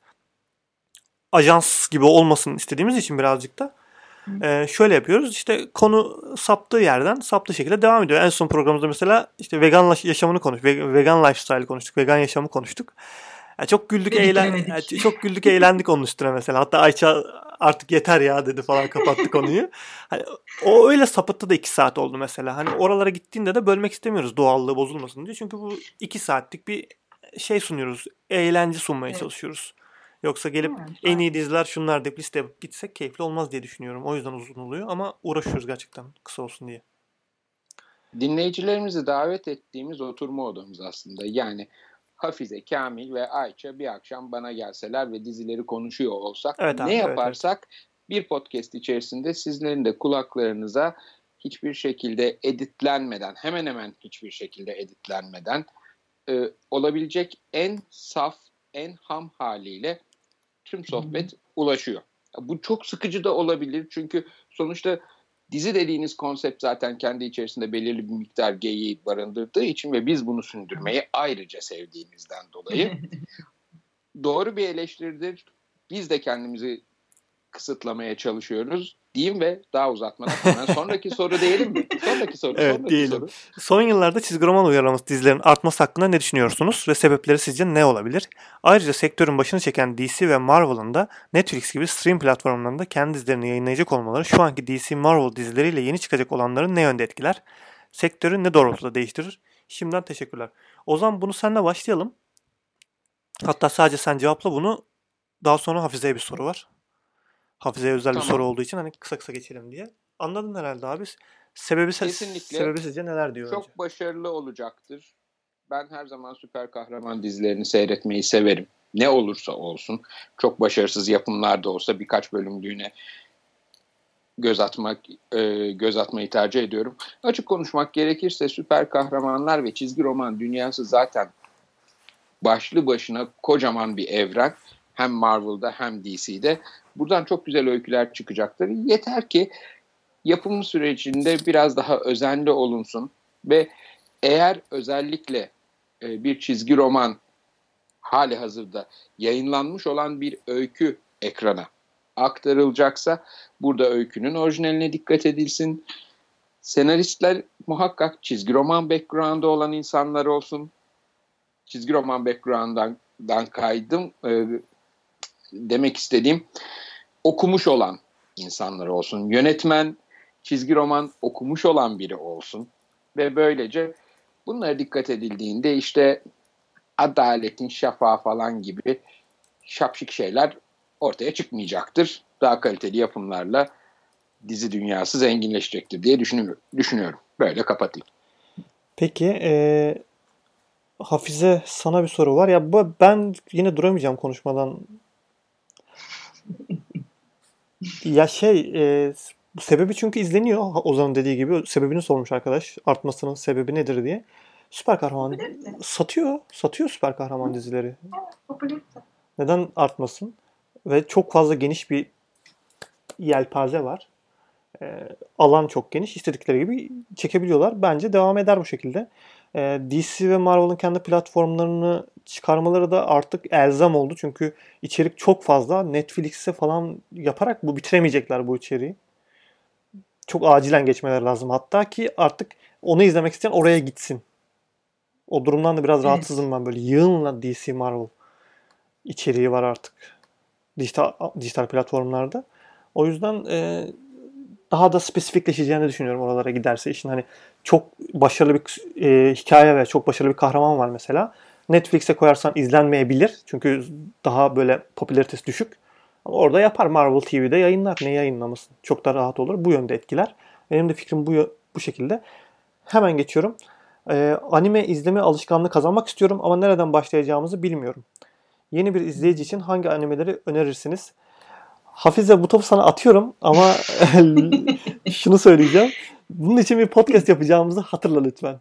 Ajans gibi olmasın istediğimiz için birazcık da e, şöyle yapıyoruz. İşte konu saptığı yerden saptığı şekilde devam ediyor. En son programımızda mesela işte vegan yaşamını konuştuk. Vegan lifestyle konuştuk. Vegan yaşamı konuştuk. Yani çok güldük, Ve eğlen bitiremedik. yani çok güldük, eğlendik onun üstüne mesela. Hatta Ayça artık yeter ya dedi falan kapattı konuyu. Hani o öyle sapıttı da iki saat oldu mesela. Hani oralara gittiğinde de bölmek istemiyoruz doğallığı bozulmasın diye. Çünkü bu iki saatlik bir şey sunuyoruz. Eğlence sunmaya Evet. çalışıyoruz. Yoksa gelip Evet, en iyi diziler şunlar deyip liste yapıp gitsek keyifli olmaz diye düşünüyorum. O yüzden uzun oluyor ama uğraşıyoruz gerçekten kısa olsun diye. Dinleyicilerimizi davet ettiğimiz oturma odamız aslında. Yani Hafize, Kamil ve Ayça bir akşam bana gelseler ve dizileri konuşuyor olsak Evet ne abi, evet, yaparsak bir podcast içerisinde sizlerin de kulaklarınıza hiçbir şekilde editlenmeden, hemen hemen hiçbir şekilde editlenmeden e, olabilecek en saf, en ham haliyle tüm sohbet hmm. ulaşıyor. Bu çok sıkıcı da olabilir çünkü sonuçta dizi dediğiniz konsept zaten kendi içerisinde belirli bir miktar geyiği barındırdığı için ve biz bunu sündürmeyi ayrıca sevdiğimizden dolayı doğru bir eleştiridir. Biz de kendimizi kısıtlamaya çalışıyoruz diyeyim ve daha uzatmadan hemen sonraki soru diyelim mi? Sonraki soru. Evet, sonraki diyelim. soru. Son yıllarda çizgi roman uyarlaması dizilerin artması hakkında ne düşünüyorsunuz ve sebepleri sizce ne olabilir? Ayrıca sektörün başını çeken D C ve Marvel'ın da Netflix gibi stream platformlarında kendi dizilerini yayınlayacak olmaları şu anki D C Marvel dizileriyle yeni çıkacak olanları ne yönde etkiler? Sektörü ne doğrultuda değiştirir? Şimdiden teşekkürler. O zaman bunu seninle başlayalım. Hatta sadece sen cevapla bunu. Daha sonra Hafize'ye bir soru var. Hafize'ye özel tamam. bir soru olduğu için hani kısa kısa geçelim diye. Anladın herhalde abi. Sebebi, Kesinlikle. sebebi sizce neler diyor Çok önce? başarılı olacaktır. Ben her zaman süper kahraman dizilerini seyretmeyi severim. Ne olursa olsun. Çok başarısız yapımlar da olsa birkaç bölümlüğüne göz atmak, e, göz atmayı tercih ediyorum. Açık konuşmak gerekirse süper kahramanlar ve çizgi roman dünyası zaten başlı başına kocaman bir evren. Hem Marvel'da hem D C'de. Buradan çok güzel öyküler çıkacaktır. Yeter ki yapım sürecinde biraz daha özenli olunsun ve eğer özellikle e, bir çizgi roman hali hazırda yayınlanmış olan bir öykü ekrana aktarılacaksa burada öykünün orijinaline dikkat edilsin. Senaristler muhakkak çizgi roman background'ı olan insanlar olsun. Çizgi roman background'dan kaydım. E, demek istediğim okumuş olan insanlar olsun. Yönetmen çizgi roman okumuş olan biri olsun. Ve böylece bunlara dikkat edildiğinde işte adaletin şafağı falan gibi şapşik şeyler ortaya çıkmayacaktır. Daha kaliteli yapımlarla dizi dünyası zenginleşecektir diye düşünüyorum. Böyle kapatayım. Peki ee, Hafize sana bir soru var. Ya bu, ben yine duramayacağım konuşmadan. Ya şey e, bu sebebi çünkü izleniyor. Ozan'ın dediği gibi sebebini sormuş arkadaş. Artmasının sebebi nedir diye. Süper kahraman satıyor. Satıyor süper kahraman dizileri. Neden artmasın? Ve çok fazla geniş bir yelpaze var. E, alan çok geniş. İstedikleri gibi çekebiliyorlar. Bence devam eder bu şekilde. E, D C ve Marvel'ın kendi platformlarını çıkarmaları da artık elzem oldu. Çünkü içerik çok fazla. Netflix'e falan yaparak bu bitiremeyecekler bu içeriği. Çok acilen geçmeleri lazım. Hatta ki artık onu izlemek isteyen oraya gitsin. O durumdan da biraz evet. rahatsızım ben. Böyle yığınla D C Marvel içeriği var artık. Dijital, dijital platformlarda. O yüzden e, daha da spesifikleşeceğini düşünüyorum oralara giderse. İşin hani çok başarılı bir e, hikaye ve çok başarılı bir kahraman var mesela. Netflix'e koyarsan izlenmeyebilir. Çünkü daha böyle popülaritesi düşük. Ama orada yapar, Marvel T V'de yayınlar. Ne yayınlamasın? Çok da rahat olur. Bu yönde etkiler. Benim de fikrim bu bu şekilde. Hemen geçiyorum. Ee, anime izleme alışkanlığı kazanmak istiyorum ama nereden başlayacağımızı bilmiyorum. Yeni bir izleyici için hangi animeleri önerirsiniz? Hafize, bu topu sana atıyorum ama şunu söyleyeceğim. Bunun için bir podcast yapacağımızı hatırla lütfen.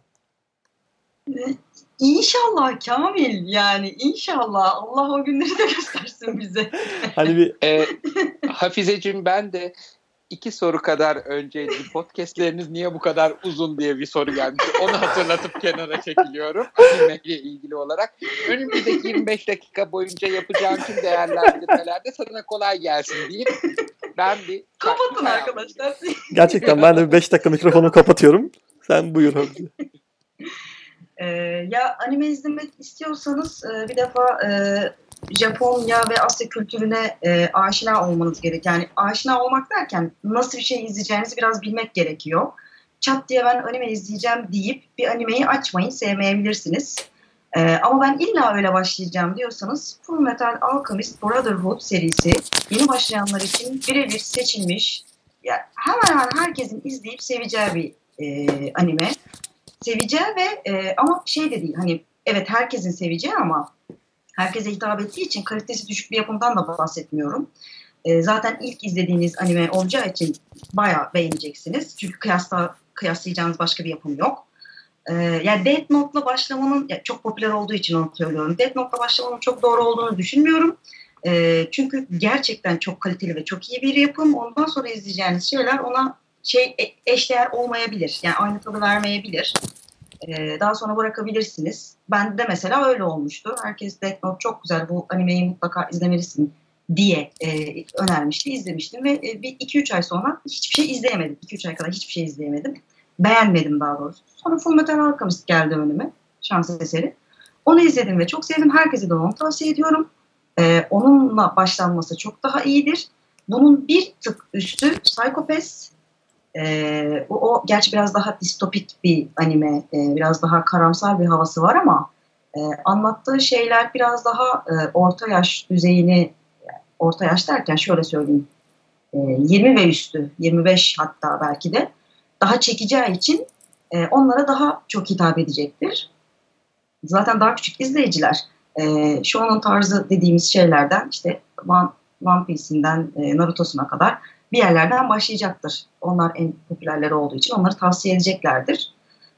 İnşallah Kamil, yani inşallah Allah o günleri de göstersin bize. Hani bir e, Hafizeciğim, ben de iki soru kadar önce podcastleriniz niye bu kadar uzun diye bir soru gelmiş. Onu hatırlatıp kenara çekiliyorum. Animeyle ilgili olarak. Önümüzdeki yirmi beş dakika boyunca yapacağım tüm değerlendirmelerde sana kolay gelsin diyeyim. Ben bir kapatın arkadaşlar. Gerçekten ben de beş dakika mikrofonu kapatıyorum. Sen buyur Hafize. Ee, ya anime izlemek istiyorsanız e, bir defa e, Japonya ve Asya kültürüne e, aşina olmanız gerek. Yani aşina olmak derken nasıl bir şey izleyeceğinizi biraz bilmek gerekiyor. Çat diye ben anime izleyeceğim deyip bir animeyi açmayın, sevmeyebilirsiniz. Ee, ama ben illa öyle başlayacağım diyorsanız Fullmetal Alchemist Brotherhood serisi yeni başlayanlar için birebir seçilmiş, yani hemen hemen herkesin izleyip seveceği bir e, anime. Seveceği ve e, ama şey de değil, hani evet herkesin seveceği ama herkese hitap ettiği için kalitesi düşük bir yapımdan da bahsetmiyorum. E, zaten ilk izlediğiniz anime olacağı için bayağı beğeneceksiniz. Çünkü kıyasla, kıyaslayacağınız başka bir yapım yok. E, yani Death Note'la başlamanın, ya çok popüler olduğu için onu söylüyorum. Death Note'la başlamanın çok doğru olduğunu düşünmüyorum. E, çünkü gerçekten çok kaliteli ve çok iyi bir yapım. Ondan sonra izleyeceğiniz şeyler ona şey eşdeğer olmayabilir. Yani aynı tadı vermeyebilir. Ee, daha sonra bırakabilirsiniz. Ben de mesela öyle olmuştu. Herkes Death Note çok güzel, bu animeyi mutlaka izlemelisin diye e, önermişti. İzlemiştim ve e, bir iki üç ay sonra hiçbir şey izleyemedim. iki üç ay kadar hiçbir şey izleyemedim. Beğenmedim daha doğrusu. Sonra Fullmetal Alchemist geldi önüme. Şans eseri. Onu izledim ve çok sevdim. Herkese de onu tavsiye ediyorum. Ee, onunla başlanması çok daha iyidir. Bunun bir tık üstü Psycho Pass. Ee, o, o gerçi biraz daha distopik bir anime, e, biraz daha karamsar bir havası var ama e, anlattığı şeyler biraz daha e, orta yaş düzeyini, orta yaş derken şöyle söyleyeyim, e, yirmi ve üstü, yirmi beş hatta belki de daha çekeceği için e, onlara daha çok hitap edecektir. Zaten daha küçük izleyiciler e, şu onun tarzı dediğimiz şeylerden, işte One, One Piece'inden e, Naruto'suna kadar bir yerlerden başlayacaktır. Onlar en popülerleri olduğu için onları tavsiye edeceklerdir.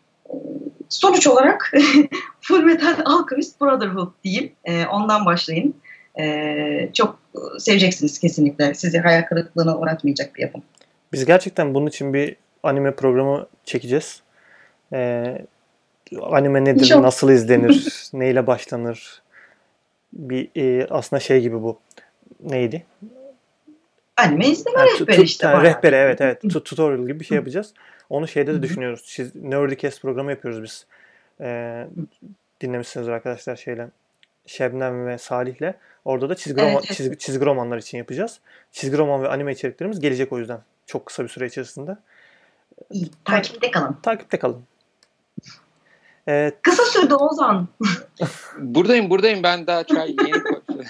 Sonuç olarak Fullmetal Alchemist Brotherhood diyeyim. Ondan başlayın. Çok seveceksiniz kesinlikle. Sizi hayal kırıklığına uğratmayacak bir yapım. Biz gerçekten bunun için bir anime programı çekeceğiz. Ee, anime nedir, Çok. nasıl izlenir, neyle başlanır? Bir e, aslında şey gibi bu. Neydi? Anime izleme yani, rehberi tu, işte. Yani rehberi evet evet. Tutorial gibi bir şey yapacağız. Onu şeyde de düşünüyoruz. Siz Nerdicast programı yapıyoruz biz. Ee, dinlemişsinizdir arkadaşlar şeyle. Şebnem ve Salih'le. Orada da çizgi, evet, roman, evet. çizgi, çizgi romanlar için yapacağız. Çizgi roman ve anime içeriklerimiz gelecek o yüzden. Çok kısa bir süre içerisinde. İyi, takipte kalın. Takipte kalın. Ee, kısa sürdü Ozan. buradayım buradayım ben daha çay yeni koydum.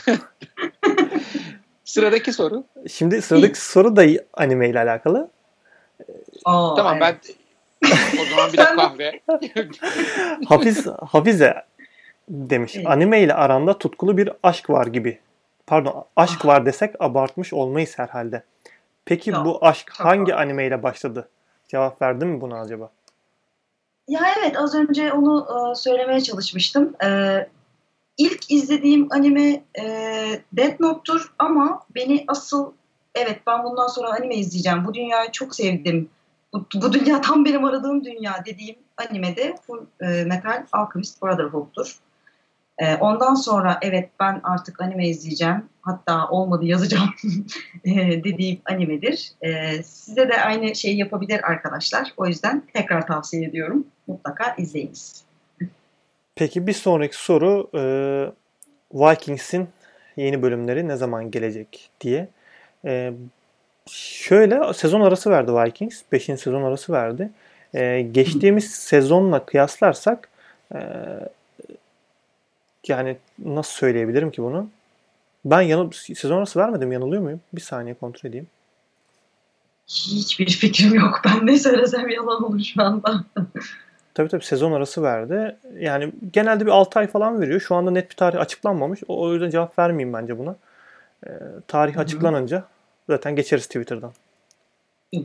Sıradaki soru. Şimdi sıradaki İyi. soru da anime ile alakalı. Oo, tamam evet. ben o zaman bir de kahve. Hafiz, Hafize demiş. Evet. Anime ile aranda tutkulu bir aşk var gibi. Pardon, aşk ah. var desek abartmış olmayız herhalde. Peki Yok, bu aşk hangi var. anime ile başladı? Cevap verdin mi buna acaba? Ya evet, az önce onu uh, söylemeye çalışmıştım. Uh, ilk izlediğim anime uh, Death Note'tur ama beni asıl evet ben bundan sonra anime izleyeceğim. Bu dünyayı çok sevdim. Bu, bu dünya tam benim aradığım dünya dediğim anime de Fullmetal Alchemist Brotherhood'dur. Ee, ondan sonra evet ben artık anime izleyeceğim. Hatta olmadı yazacağım dediğim animedir. Ee, size de aynı şeyi yapabilir arkadaşlar. O yüzden tekrar tavsiye ediyorum. Mutlaka izleyiniz. Peki bir sonraki soru e, Vikings'in yeni bölümleri ne zaman gelecek diye. E, şöyle sezon arası verdi Vikings. beşinci sezon arası verdi. E, geçtiğimiz sezonla kıyaslarsak e, yani nasıl söyleyebilirim ki bunu? Ben yanıl sezon arası vermedim. Yanılıyor muyum? Bir saniye kontrol edeyim. Hiçbir fikrim yok. Ben ne söylesem yalan olur şu anda. Tabii tabii sezon arası verdi. Yani genelde bir altı ay falan veriyor. Şu anda net bir tarih açıklanmamış. O, o yüzden cevap vermeyeyim bence buna. Ee, tarih Hı-hı. açıklanınca zaten geçeriz Twitter'dan. Hı.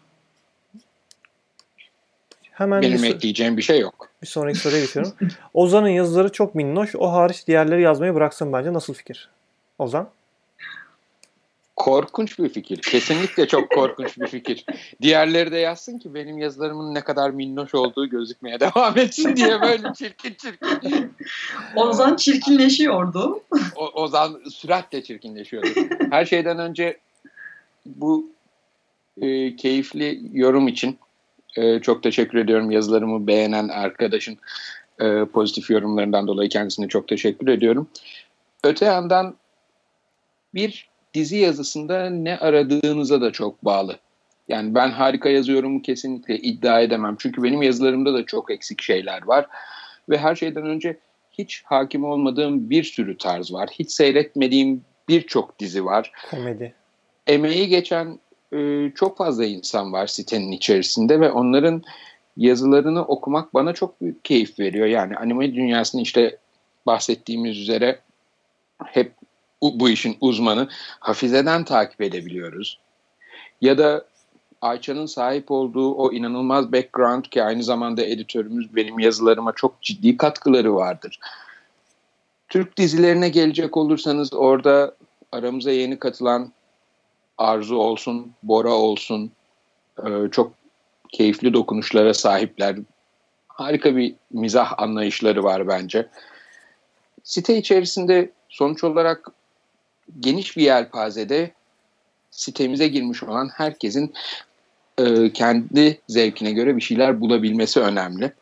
Hemen Benim bir, ekleyeceğim bir şey yok. Bir sonraki soruya geçiyorum. Ozan'ın yazıları çok minnoş. O hariç diğerleri yazmayı bıraksın bence. Nasıl fikir? Ozan? Korkunç bir fikir. Kesinlikle çok korkunç bir fikir. Diğerleri de yazsın ki benim yazılarımın ne kadar minnoş olduğu gözükmeye devam etsin diye böyle çirkin çirkin. Ozan çirkinleşiyordu. O, Ozan süratle çirkinleşiyordu. Her şeyden önce bu e, keyifli yorum için e, çok teşekkür ediyorum. Yazılarımı beğenen arkadaşın e, pozitif yorumlarından dolayı kendisine çok teşekkür ediyorum. Öte yandan bir dizi yazısında ne aradığınıza da çok bağlı. Yani ben harika yazıyorum kesinlikle iddia edemem. Çünkü benim yazılarımda da çok eksik şeyler var. Ve her şeyden önce hiç hakim olmadığım bir sürü tarz var. Hiç seyretmediğim birçok dizi var. Komedi. Emeği geçen e, çok fazla insan var sitenin içerisinde ve onların yazılarını okumak bana çok büyük keyif veriyor. Yani anime dünyasını işte bahsettiğimiz üzere hep bu işin uzmanı Hafize'den takip edebiliyoruz. Ya da Ayça'nın sahip olduğu o inanılmaz background ki aynı zamanda editörümüz, benim yazılarıma çok ciddi katkıları vardır. Türk dizilerine gelecek olursanız orada aramıza yeni katılan Arzu olsun, Bora olsun, çok keyifli dokunuşlara sahipler. Harika bir mizah anlayışları var bence. Site içerisinde sonuç olarak geniş bir yelpazede sitemize girmiş olan herkesin e, kendi zevkine göre bir şeyler bulabilmesi önemli.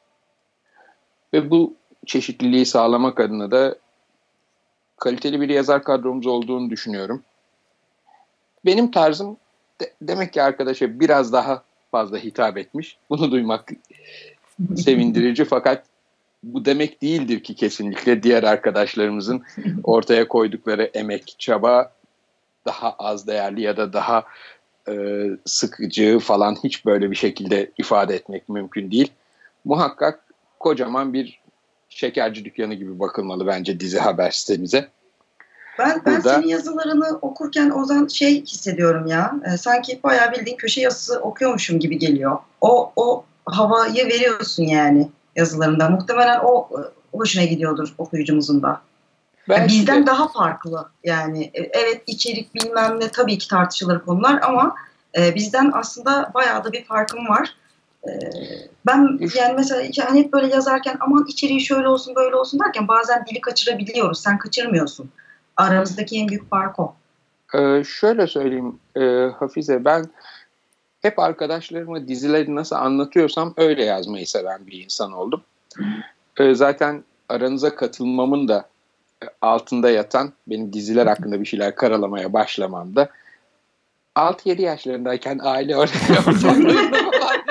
Ve bu çeşitliliği sağlamak adına da kaliteli bir yazar kadromuz olduğunu düşünüyorum. Benim tarzım de, demek ki arkadaşa biraz daha fazla hitap etmiş. Bunu duymak sevindirici fakat bu demek değildir ki kesinlikle diğer arkadaşlarımızın ortaya koydukları emek, çaba daha az değerli ya da daha e, sıkıcı falan hiç böyle bir şekilde ifade etmek mümkün değil. Muhakkak kocaman bir şekerci dükkanı gibi bakılmalı bence dizi haber sitemize. Ben, ben Burada, senin yazılarını okurken Ozan şey hissediyorum ya, e, sanki bayağı bildiğin köşe yazısı okuyormuşum gibi geliyor. O, o havayı veriyorsun yani yazılarında. Muhtemelen o hoşuna gidiyordur okuyucumuzun da. Yani bizden de daha farklı yani. Evet, içerik bilmem ne tabii ki tartışılır konular ama e, bizden aslında bayağı da bir farkım var. E, ben yani mesela hani hep böyle yazarken aman içeriği şöyle olsun böyle olsun derken bazen dili kaçırabiliyoruz. Sen kaçırmıyorsun. Aramızdaki en büyük fark o. Ee, şöyle söyleyeyim e, Hafize, ben hep arkadaşlarıma dizileri nasıl anlatıyorsam öyle yazmayı seven bir insan oldum. E, zaten aranıza katılmamın da altında yatan, benim diziler hakkında bir şeyler karalamaya başlamamda altı yedi yaşlarındayken aile ortamlarında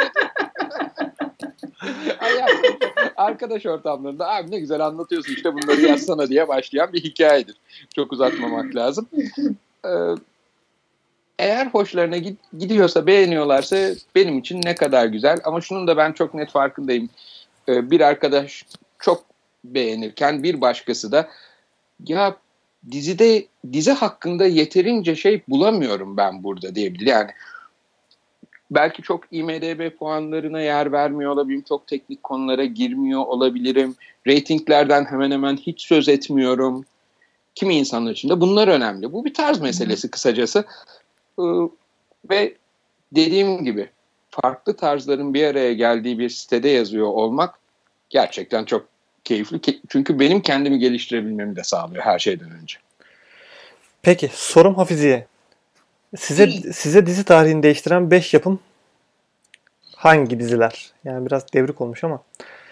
arkadaş ortamlarında abi ne güzel anlatıyorsun işte bunları yazsana diye başlayan bir hikayedir. Çok uzatmamak lazım. Ee, eğer hoşlarına gidiyorsa, beğeniyorlarsa benim için ne kadar güzel. Ama şunun da ben çok net farkındayım. Ee, bir arkadaş çok beğenirken bir başkası da ya dizide dizi hakkında yeterince şey bulamıyorum ben burada diyebilir. Yani belki çok I M D B puanlarına yer vermiyor olabilirim. Çok teknik konulara girmiyor olabilirim. Ratinglerden hemen hemen hiç söz etmiyorum. Kimi insanlar için de bunlar önemli. Bu bir tarz meselesi kısacası. Ee, ve dediğim gibi farklı tarzların bir araya geldiği bir sitede yazıyor olmak gerçekten çok keyifli. Çünkü benim kendimi geliştirebilmemi de sağlıyor her şeyden önce. Peki sorum Hafize'ye. Size size dizi tarihini değiştiren beş yapım hangi diziler? Yani biraz devrik olmuş ama.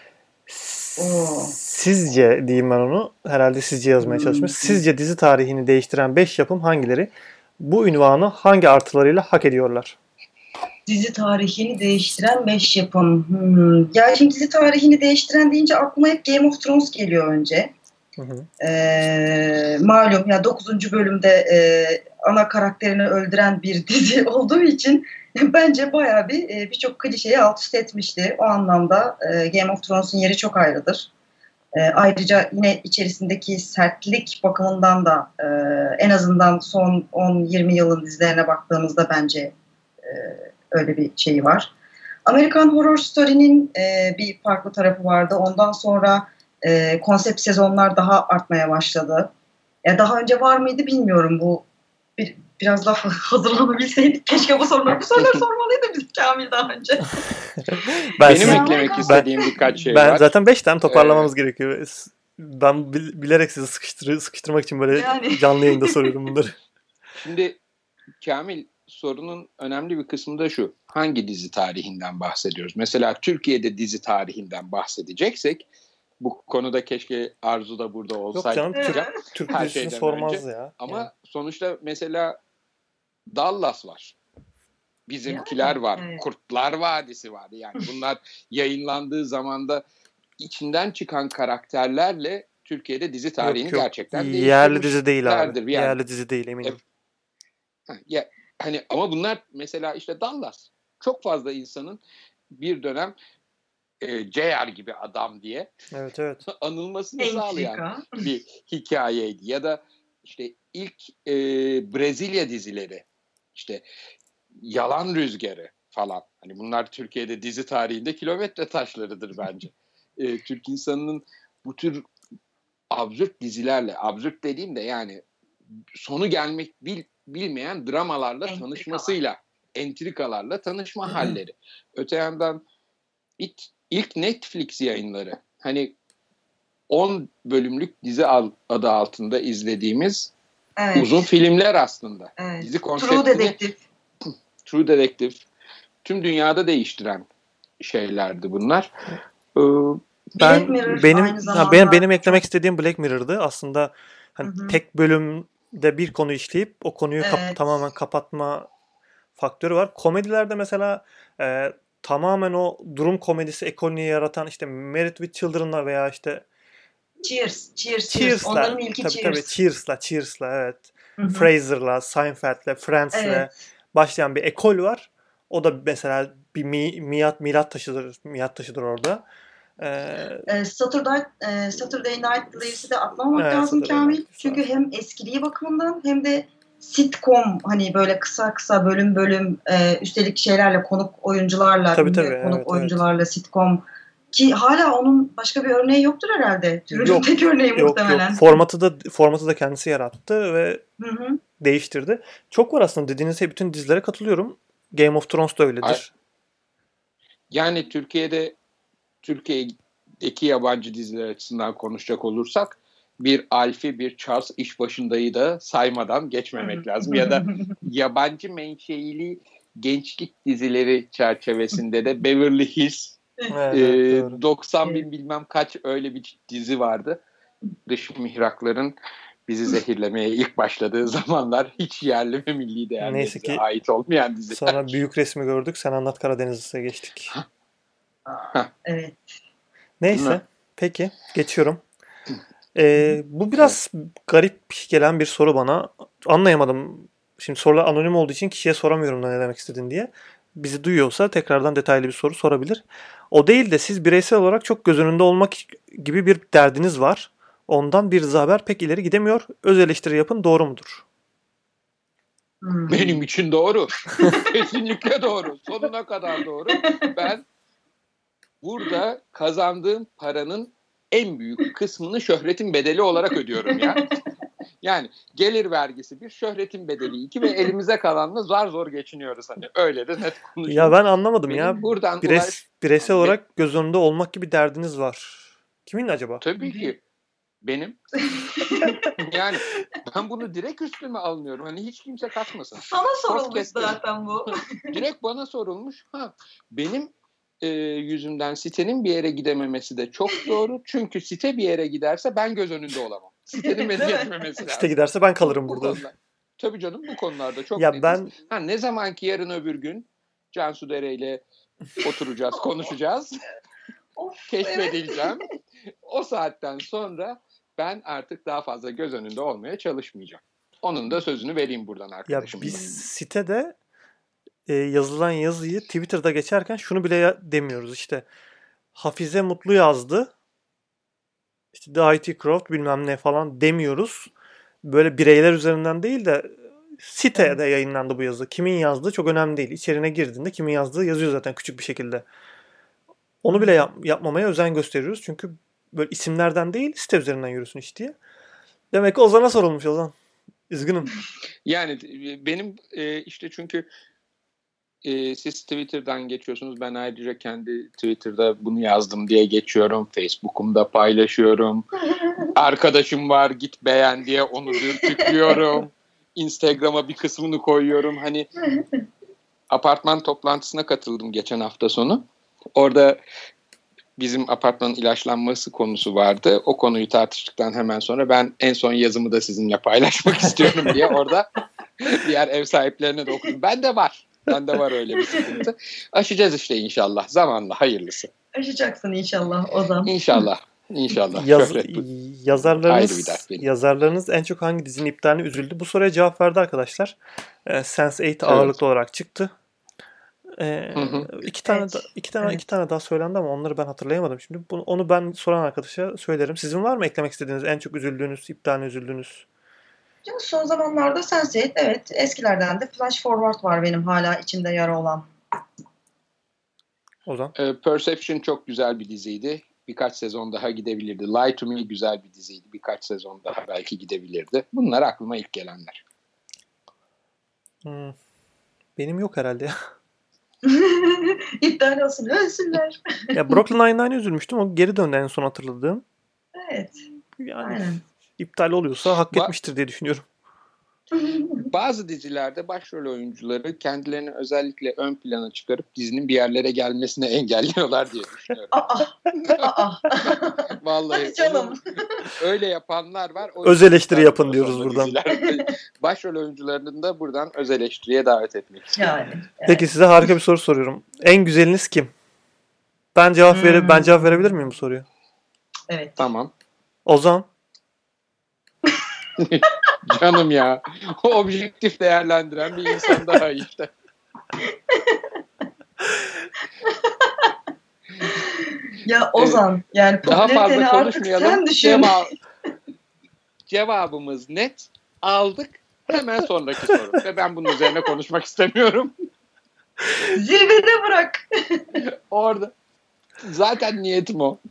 Oo. Sizce diyeyim ben onu. Herhalde sizce yazmaya çalışmış. Sizce dizi tarihini değiştiren beş yapım hangileri? Bu ünvanı hangi artılarıyla hak ediyorlar? Dizi tarihini değiştiren beş yapım. Hmm. Ya şimdi dizi tarihini değiştiren deyince aklıma hep Game of Thrones geliyor önce. Hı hı. Ee, malum ya dokuzuncu bölümde e, ana karakterini öldüren bir dizi olduğu için bence bayağı bir e, birçok klişeyi alt üst etmişti. O anlamda e, Game of Thrones'un yeri çok ayrıdır. E, ayrıca yine içerisindeki sertlik bakımından da e, en azından son on yirmi yılın dizilerine baktığımızda bence e, öyle bir şeyi var. American Horror Story'nin e, bir farklı tarafı vardı. Ondan sonra e, konsept sezonlar daha artmaya başladı. Ya daha önce var mıydı bilmiyorum bu. Bir, biraz daha hazırlanabilseydik. Keşke bu soruları, bu soruları sormalıydı biz Kamil daha önce. ben Benim size, eklemek ben, istediğim birkaç şey ben var. Ben zaten beş tane toparlamamız ee, gerekiyor. Ben bilerek sizi sıkıştır, sıkıştırmak için böyle yani. Canlı yayında soruyorum bunları. Şimdi Kamil, sorunun önemli bir kısmı da şu. Hangi dizi tarihinden bahsediyoruz? Mesela Türkiye'de dizi tarihinden bahsedeceksek bu konuda keşke Arzu da burada olsaydı. Yok canım, Türk, Türk dizisini sormaz önce. Ya. Ama yani. sonuçta mesela Dallas var. Bizimkiler yani, var. evet. Kurtlar Vadisi var. Yani bunlar yayınlandığı zamanda içinden çıkan karakterlerle Türkiye'de dizi tarihini Yok, yok. gerçekten Yerli dizi değil abi. yani. Yerli dizi değil eminim. Ha, ya, hani ama bunlar mesela işte Dallas. Çok fazla insanın bir dönem e, J R gibi adam diye evet, evet. anılmasını sağlayan bir hikayeydi. Ya da işte ilk e, Brezilya dizileri, işte Yalan Rüzgarı falan. Hani bunlar Türkiye'de dizi tarihinde kilometre taşlarıdır bence. e, Türk insanının bu tür absürt dizilerle, absürt dediğim de yani sonu gelmek bil, bilmeyen dramalarla Entrika. tanışmasıyla, entrikalarla tanışma halleri. Öte yandan ilk, ilk Netflix yayınları, hani on bölümlük dizi adı altında izlediğimiz evet. uzun filmler aslında. Evet. Dizi konseptini, True Detective. True Detective tüm dünyada değiştiren şeylerdi bunlar. Ee, ben Mirror, benim ha, benim benim eklemek istediğim Black Mirror'dı. Aslında hani hı hı. tek bölümde bir konu işleyip o konuyu evet. kap- tamamen kapatma faktörü var. Komedilerde mesela e, tamamen o durum komedisi ekolünü yaratan işte Married with Children'la veya işte Cheers, Cheers, Cheers'la. Onların ilki tabii, Cheers. Tabii Cheers'la, Cheers'la evet. Hı-hı. Fraser'la, Seinfeld'le, Friends'le evet. başlayan bir ekol var. O da mesela bir mi, milat milat taşıdır, milat taşıdır orada. Ee, Saturday, e, Saturday Night Lives'i de atlamak evet, lazım Kamil. Çünkü hem eskiliği bakımından hem de sitcom hani böyle kısa kısa bölüm bölüm e, üstelik şeylerle konuk oyuncularla tabii, tabii, konuk evet, oyuncularla evet. sitcom ki hala onun başka bir örneği yoktur herhalde. Türünün tek örneği yok, muhtemelen. Yok. Formatı da formatı da kendisi yarattı ve hı hı. değiştirdi. Çok var aslında dediğiniz bütün dizilere katılıyorum. Game of Thrones da öyledir. Ay, yani Türkiye'de Türkiye'deki yabancı diziler açısından konuşacak olursak bir Alfie, bir Charles iş başındayı da saymadan geçmemek lazım. Ya da yabancı menşeili gençlik dizileri çerçevesinde de Beverly Hills, evet, e, evet, doksan bin bilmem kaç öyle bir dizi vardı. Dış mihrakların bizi zehirlemeye ilk başladığı zamanlar hiç yerli ve milli değerlerimize ait olmayan diziler. Sonra büyük resmi gördük. Sen anlat Karadeniz'e geçtik. Aa, evet. Neyse. Peki. Geçiyorum. Ee, bu biraz garip gelen bir soru bana. Anlayamadım. Şimdi sorular anonim olduğu için kişiye soramıyorum da ne demek istediğin diye. Bizi duyuyorsa tekrardan detaylı bir soru sorabilir. O değil de siz bireysel olarak çok göz önünde olmak gibi bir derdiniz var. Ondan bir Rıza Haber pek ileri gidemiyor. Öz eleştiri yapın, doğru mudur? Benim için doğru. Kesinlikle doğru. Sonuna kadar doğru. Ben burada kazandığım paranın en büyük kısmını şöhretin bedeli olarak ödüyorum ya. Yani gelir vergisi bir, şöhretin bedeli iki ve elimize kalanla zar zor geçiniyoruz hani. Öyle de net konuşuyorum. Ya ben anlamadım Benim ya. Buradan Bireys, kolay... bireysel olarak göz önünde olmak gibi derdiniz var. Kimin acaba? Tabii ki. Benim. Yani ben bunu direkt üstüme almıyorum. Hani hiç kimse kasmasın. Sana sorulmuş zaten bu. Direkt bana sorulmuş. Ha, benim e, yüzümden sitenin bir yere gidememesi de çok doğru. Çünkü site bir yere giderse ben göz önünde olamam. Sitenin beni geçmemesi lazım. Site giderse ben kalırım bu, burada. Bu konular, tabii canım bu konularda çok ya netiz. Ben... Ha, ne zaman ki yarın öbür gün Cansu Dere ile oturacağız, konuşacağız. Keşfedileceğim. O saatten sonra ben artık daha fazla göz önünde olmaya çalışmayacağım. Onun da sözünü vereyim buradan arkadaşım. Ya biz sitede e, yazılan yazıyı Twitter'da geçerken şunu bile ya- demiyoruz işte. Hafize Mutlu yazdı. İşte The I T Crowd bilmem ne falan demiyoruz. Böyle bireyler üzerinden değil de sitede evet. yayınlandı bu yazı. Kimin yazdığı çok önemli değil. İçerine girdiğinde kimin yazdığı yazıyor zaten küçük bir şekilde. Onu bile yap- yapmamaya özen gösteriyoruz. Çünkü böyle isimlerden değil site üzerinden yürüsün iş diye. Demek ki Ozan'a sorulmuş Ozan. Üzgünüm. Yani benim e, işte çünkü e, siz Twitter'dan geçiyorsunuz. Ben ayrıca kendi Twitter'da bunu yazdım diye geçiyorum. Facebook'umda paylaşıyorum. Arkadaşım var git beğen diye onu dürtüklüyorum. Instagram'a bir kısmını koyuyorum. Hani apartman toplantısına katıldım geçen hafta sonu. Orada bizim apartmanın ilaçlanması konusu vardı. O konuyu tartıştıktan hemen sonra ben en son yazımı da sizinle paylaşmak istiyorum diye orada diğer ev sahiplerine de okudum. Ben de var. Ben de var öyle bir sıkıntı. Aşacağız işte inşallah. Zamanla hayırlısı. Aşacaksın inşallah Ozan. İnşallah. İnşallah. Yaz, Şöhret bu. yazarlarınız, Ayrı bir dert benim. yazarlarınız en çok hangi dizinin iptaline üzüldü? Bu soruya cevap verdi arkadaşlar. Ee, sense eight Evet. ağırlıklı olarak çıktı. Ee, Hı hı. iki tane Evet. da, iki tane Evet. iki tane daha söylendi ama onları ben hatırlayamadım şimdi. Bunu, onu ben soran arkadaşa söylerim. Sizin var mı eklemek istediğiniz en çok üzüldüğünüz, iptaline üzüldüğünüz? Canım, son zamanlarda sense eight, evet, eskilerden de Flash Forward var benim hala içimde yara olan. Ozan. Ee, Perception çok güzel bir diziydi. Birkaç sezon daha gidebilirdi. Lie to Me güzel bir diziydi. Birkaç sezon daha belki gidebilirdi. Bunlar aklıma ilk gelenler. Hmm. Benim yok herhalde ya. İptal olsun, ölsünler. Ya Brooklyn Nine-Nine'e üzülmüştüm. O geri döndü en son hatırladığım. Evet. Yani Aynen. iptal oluyorsa hak Ba- etmiştir diye düşünüyorum. Bazı dizilerde başrol oyuncuları kendilerini özellikle ön plana çıkarıp dizinin bir yerlere gelmesine engelliyorlar diye düşünüyorum. Aa, aa. Vallahi Hadi canım. onu- öyle yapanlar var. O Öz yüzden eleştiri iptal yapın oluyor diyoruz sonra buradan. diziler. Başrol oyuncularının da buradan öz eleştiriye davet etmek istiyorum. Yani. yani. Peki size harika bir soru soruyorum. En güzeliniz kim? Ben cevap Hmm. vere ben cevap verebilir miyim bu soruya? Evet. Tamam. Ozan. Canım ya. O objektif değerlendiren bir insan daha işte. Ya Ozan, yani Daha popülariteni fazla artık konuşmayalım. sen düşün. Cevap, cevabımız net. Aldık. Hemen sonraki soru. Ve ben bunun üzerine konuşmak istemiyorum. Zirvede bırak. Orada. Zaten niyetim o.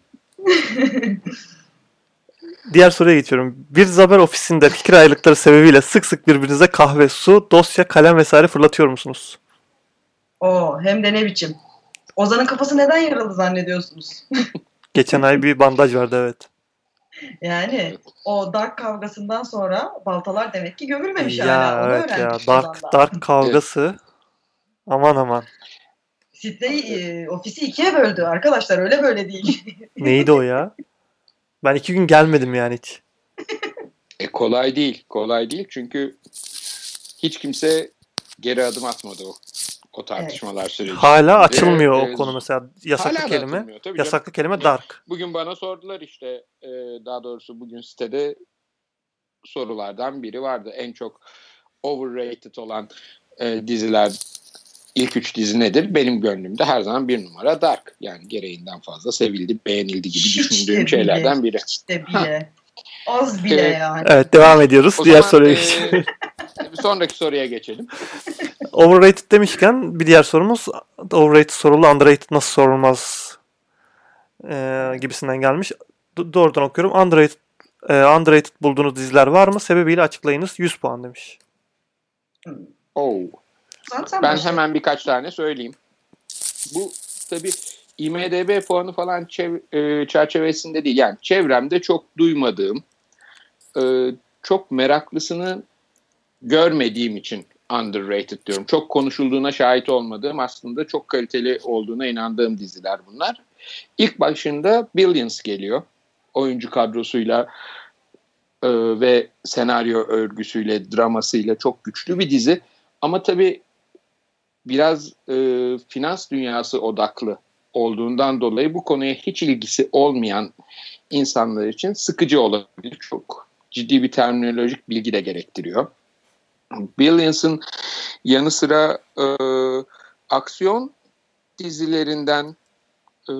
Diğer soruya geçiyorum. Bir haber ofisinde fikir ayrılıkları sebebiyle sık sık birbirinize kahve, su, dosya, kalem vesaire fırlatıyor musunuz? Oo, hem de ne biçim. Ozan'ın kafası neden yaralı zannediyorsunuz? Geçen ay bir bandaj vardı, evet. Yani o dark kavgasından sonra baltalar demek ki gömülmemiş Ya hala. Onu evet ya. öğrendik Dark, Ozan'dan. dark kavgası. Aman aman. Sitey e, ofisi ikiye böldü arkadaşlar, öyle böyle değil. Neydi o ya? Ben iki gün gelmedim yani hiç. E kolay değil. Kolay değil çünkü hiç kimse geri adım atmadı o, o tartışmalar sürecinde. Hala açılmıyor Ee, o konu mesela. Yasaklı hala da kelime. atılmıyor, tabii canım. Yasaklı kelime dark. Bugün bana sordular işte, e, daha doğrusu bugün sitede sorulardan biri vardı. En çok overrated olan e, diziler, ilk üç dizi nedir? Benim gönlümde her zaman bir numara Dark. Yani gereğinden fazla sevildi, beğenildi gibi İşte düşündüğüm bile, şeylerden biri. İşte bile. Az bile Evet. yani. Evet, devam ediyoruz. O Diğer zaman, soruya e, geçelim. bir sonraki soruya geçelim. Overrated demişken bir diğer sorumuz overrated sorulu underrated nasıl sorulmaz e, gibisinden gelmiş. Do- doğrudan okuyorum. Underrated, e, underrated bulduğunuz diziler var mı? Sebebiyle açıklayınız. yüz puan demiş. Oh. Zaten Ben başla. hemen birkaç tane söyleyeyim. Bu tabii I M D B puanı falan çev- e, çerçevesinde değil. Yani çevremde çok duymadığım, e, çok meraklısını görmediğim için underrated diyorum. Çok konuşulduğuna şahit olmadığım, aslında çok kaliteli olduğuna inandığım diziler bunlar. İlk başında Billions geliyor. Oyuncu kadrosuyla e, ve senaryo örgüsüyle, dramasıyla çok güçlü bir dizi. Ama tabii biraz e, finans dünyası odaklı olduğundan dolayı bu konuya hiç ilgisi olmayan insanlar için sıkıcı olabilir. Çok ciddi bir terminolojik bilgi de gerektiriyor. Billions'ın yanı sıra e, aksiyon dizilerinden e,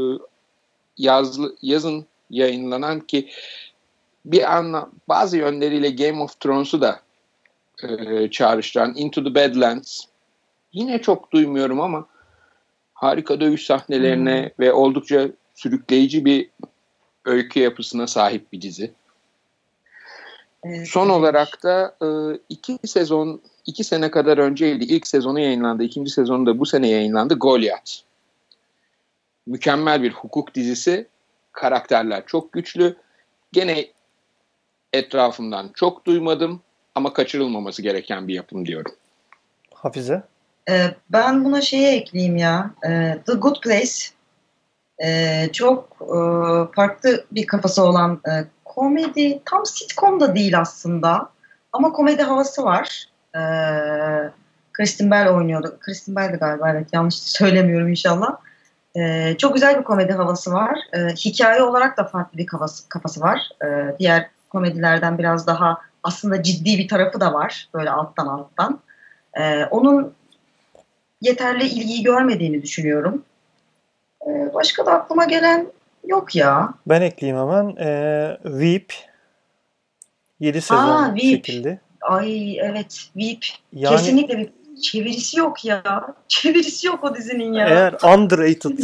yazlı, yazın yayınlanan, ki bir anla bazı yönleriyle Game of Thrones'u da e, çağrıştıran Into the Badlands, yine çok duymuyorum ama harika dövüş sahnelerine hmm. ve oldukça sürükleyici bir öykü yapısına sahip bir dizi. Evet, Son evet. olarak da e, iki sezon, iki sene kadar önceydi. İlk sezonu yayınlandı, ikinci sezonu da bu sene yayınlandı. Goliath. Mükemmel bir hukuk dizisi. Karakterler çok güçlü. Gene etrafımdan çok duymadım ama kaçırılmaması gereken bir yapım diyorum. Hafize? Ee, ben buna şeyi ekleyeyim ya. Ee, The Good Place. Ee, çok e, farklı bir kafası olan e, komedi. Tam sitcom da değil aslında. Ama komedi havası var. Ee, Kristen Bell oynuyordu. Kristen Bell'di galiba, evet. Yanlış söylemiyorum inşallah. Ee, çok güzel bir komedi havası var. Ee, hikaye olarak da farklı bir kafası, kafası var. Ee, diğer komedilerden biraz daha aslında ciddi bir tarafı da var. Böyle alttan alttan. Ee, onun yeterli ilgiyi görmediğini düşünüyorum. Ee, başka da aklıma gelen yok ya. Ben ekleyeyim hemen. Ee, Veep yedi sezon Aa, Veep. çekildi. Ay evet, Veep. Yani Kesinlikle bir çevirisi yok ya. Çevirisi yok o dizinin ya. eğer underrated